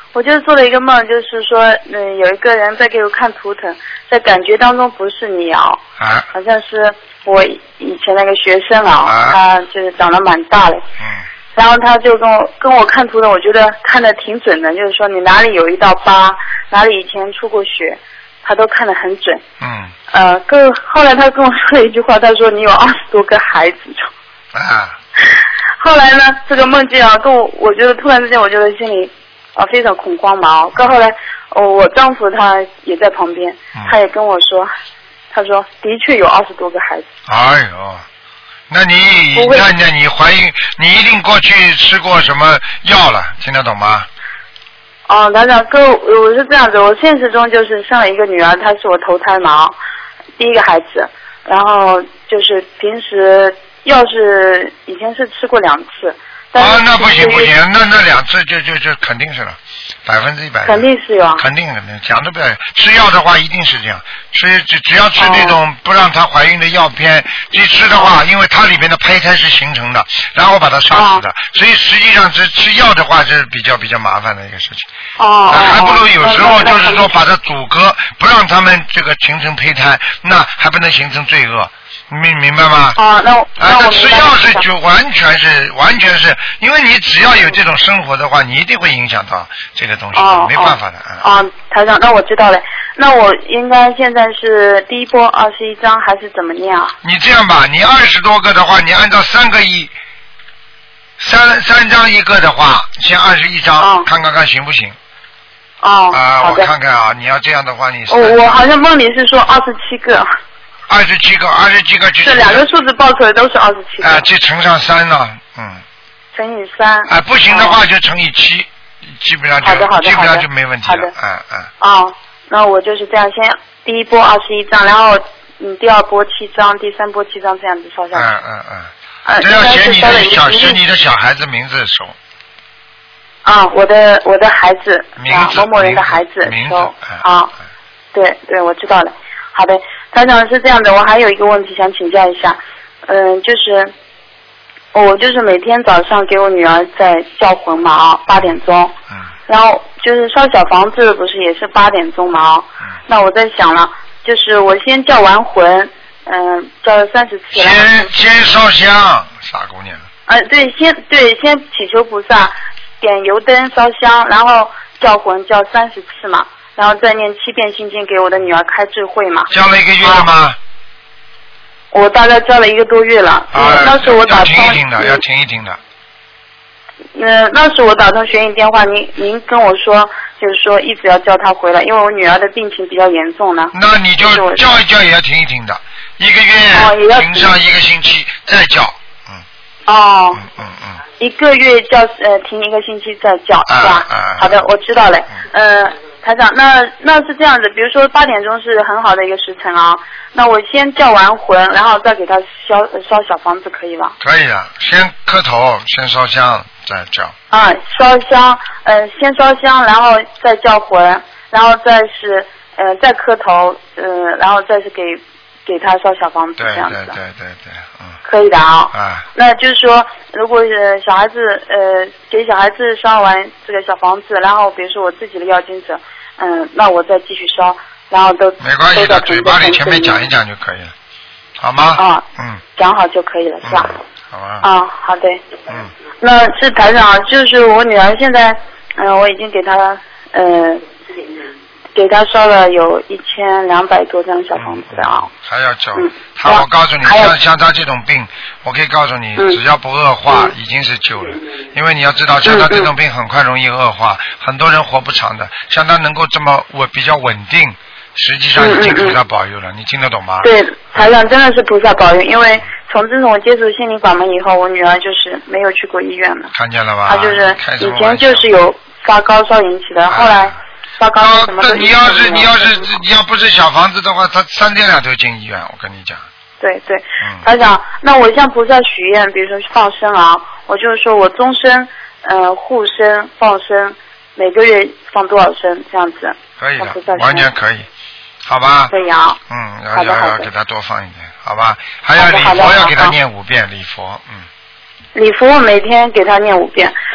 L: 我就做了一个梦，就是说，嗯，有一个人在给我看图腾，在感觉当中不是鸟，
B: 啊，
L: 好像是我以前那个学生啊，
B: 啊
L: 他就是长得蛮大的，
B: 嗯，
L: 然后他就跟我跟我看图腾，我觉得看得挺准的，就是说你哪里有一道疤，哪里以前出过血，他都看得很准。
B: 嗯，
L: 呃，跟后来他跟我说了一句话，他说你有二十多个孩子。
B: 啊，
L: 后来呢，这个梦境啊，跟我我觉得突然之间，我觉得心里啊非常恐慌嘛。到后来，哦，我丈夫他也在旁边，
B: 嗯、
L: 他也跟我说，他说的确有二十多个孩子。
B: 哎呦，那你那那你怀孕，你一定过去吃过什么药了？听得懂吗？
L: 哦，团长哥，我是这样子，我现实中就是生了一个女儿，她是我头胎嘛，第一个孩子，然后就是平时药是以前是吃过两次。
B: 啊，那不行不行，那那两次就就就肯定是了，百分之一百。
L: 肯定是有。
B: 肯定肯定，讲都不要。吃药的话一定是这样，吃只只要吃那种不让她怀孕的药片，一吃的话，因为它里面的胚胎是形成的，然后把它杀死的，所以实际上吃吃药的话是比较比较麻烦的一个事情。
L: 哦。
B: 还不如有时候就是说把它阻隔，不让他们这个形成胚胎，那还不能形成罪恶。明明白吗？
L: 啊，那我
B: 啊，那吃药是就完全是完全是，因为你只要有这种生活的话，你一定会影响到这个东西，
L: 哦、
B: 没办法的。
L: 啊、哦，台长，那我知道了。那我应该现在是第一波二十一章还是怎么念啊？
B: 你这样吧，你二十多个的话，你按照三个一，三三张一个的话，先二十一张、哦，看看看行不行？
L: 哦。
B: 啊，我看看啊，你要这样的话，你
L: 我、哦、我好像梦里是说二十七个。
B: 二十七个，二十七个就是
L: 两个数字报出来都是二十七个。
B: 啊，这乘上三了，嗯。
L: 乘以三。
B: 啊，不行的话就乘以七，基本上就
L: 好的好的
B: 基本上就没问题了。
L: 好的。
B: 嗯嗯。
L: 哦，那我就是这样，先第一波二十一张，然后嗯第二波七张，第三波七张这样子烧下去。
B: 嗯嗯嗯。
L: 呃，
B: 这要写你的小
L: 写
B: 你的小孩子名字收。
L: 啊，我的我的孩子
B: 名字
L: 某某人的孩子
B: 名字
L: 收啊，对对，我知道了。好的，台长是这样的，我还有一个问题想请教一下，嗯，就是我就是每天早上给我女儿在叫魂嘛啊，八点钟，
B: 嗯，
L: 然后就是烧小房子不是也是八点钟嘛啊，嗯，那我在想了，就是我先叫完魂，嗯，叫了三十次，
B: 先先烧香，傻姑娘，
L: 呃，对，先对先祈求菩萨点油灯烧香，然后叫魂叫三十次嘛。然后再念七遍心经给我的女儿开智慧嘛。
B: 教了一个月了吗？啊、
L: 我大概教了一个多月了。
B: 啊，
L: 那时我打通。
B: 要听一听的，要听一听的。
L: 嗯，那时我打通悬疑电话，您您跟我说，就是说一直要叫她回来，因为我女儿的病情比较严重呢。
B: 那你就叫一叫也要听一听的，一个月停上一个星期再叫。嗯。
L: 哦。
B: 嗯嗯嗯。
L: 一个月叫呃停一个星期再叫，是吧？
B: 啊啊、
L: 好的，我知道了。嗯。呃台长，那那是这样子，比如说八点钟是很好的一个时辰啊，那我先叫完魂，然后再给他烧烧小房子，可以吧？
B: 可以的，先磕头，先烧香，再叫。
L: 啊，烧香，呃，先烧香，然后再叫魂，然后再是呃再磕头，呃，然后再是给给他烧小房子这样子。
B: 对对对对对，嗯。
L: 可以的啊。
B: 啊。
L: 那就是说，如果是小孩子呃给小孩子烧完这个小房子，然后比如说我自己的要经者，嗯，那我再继续烧，然后都
B: 没关系的，嘴巴里前面讲一讲就可以了，好吗？
L: 啊。
B: 嗯。
L: 讲好就可以了，是吧？
B: 嗯、好吧。
L: 啊，好的。
B: 嗯。
L: 那是台长，就是我女儿现在，嗯、呃，我已经给她呃。给他烧了有一千两百多张小房子啊、嗯，
B: 还要交。嗯、他我告诉你，像像他这种病，我可以告诉你，嗯、只要不恶化，嗯、已经是救了。因为你要知道，像他这种病很快容易恶化，嗯、很多人活不长的。像他能够这么稳比较稳定，实际上已经菩萨保佑了。嗯嗯嗯你听得懂吗？
L: 对，台长真的是菩萨保佑，因为从自从我接触心灵法门以后，我女儿就是没有去过医院了。
B: 看见了吧？
L: 她就是以前就是有发高烧引起的，后来。发高烧什么的。
B: 你要是你要是你要不是小房子的话，他三天两头进医院，我跟你讲。
L: 对对，嗯、他讲，那我向菩萨许愿，比如说放生啊，我就是说我终身呃护生放生，每个月放多少生这样子。
B: 可以的，完全可以，好吧？
L: 可以啊。
B: 嗯，要要要给他多放一点，好吧？还要礼佛要给他念五遍礼佛，嗯。
L: 礼佛每天给他念五遍，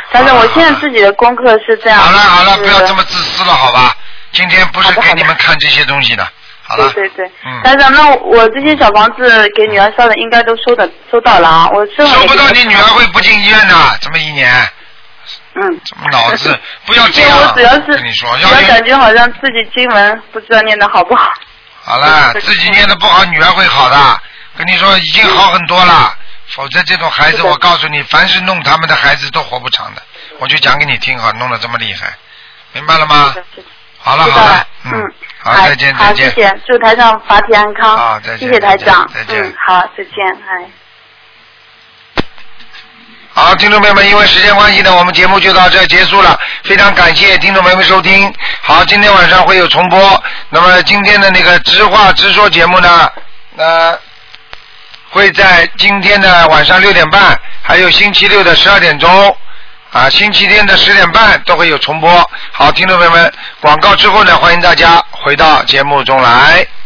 L: 但是我现在自己的功课是这样。
B: 好了好了，不要这么自私了，好吧？今天不是给你们看这些东西的。好了。
L: 对对对。
B: 嗯。
L: 但是那我这些小房子给女儿烧的，应该都收的收到了啊。我收
B: 收不到，你女儿会不进医院的，这么一年。
L: 嗯。
B: 怎么脑子不要这样？
L: 我主要是
B: 跟你说，
L: 主要感觉好像自己经文不知道念的好不好。
B: 好了，自己念的不好，女儿会好的。跟你说，已经好很多了。否则这种孩子，我告诉你，凡是弄他们的孩子都活不长的。我就讲给你听哈，弄得这么厉害，明白了吗？好了好了，嗯，好，再见再见。
L: 好，谢谢，祝台长法体安康。
B: 好，再见。
L: 谢谢台长，
B: 再见。
L: 嗯，好，再见，哎。
B: 好，听众朋友们，因为时间关系呢，我们节目就到这儿结束了。非常感谢听众朋友们收听。好，今天晚上会有重播。那么今天的那个直话直说节目呢，呃，会在今天的晚上六点半，还有星期六的十二点钟，啊，星期天的十点半都会有重播。好，听众朋友们，广告之后呢，欢迎大家回到节目中来。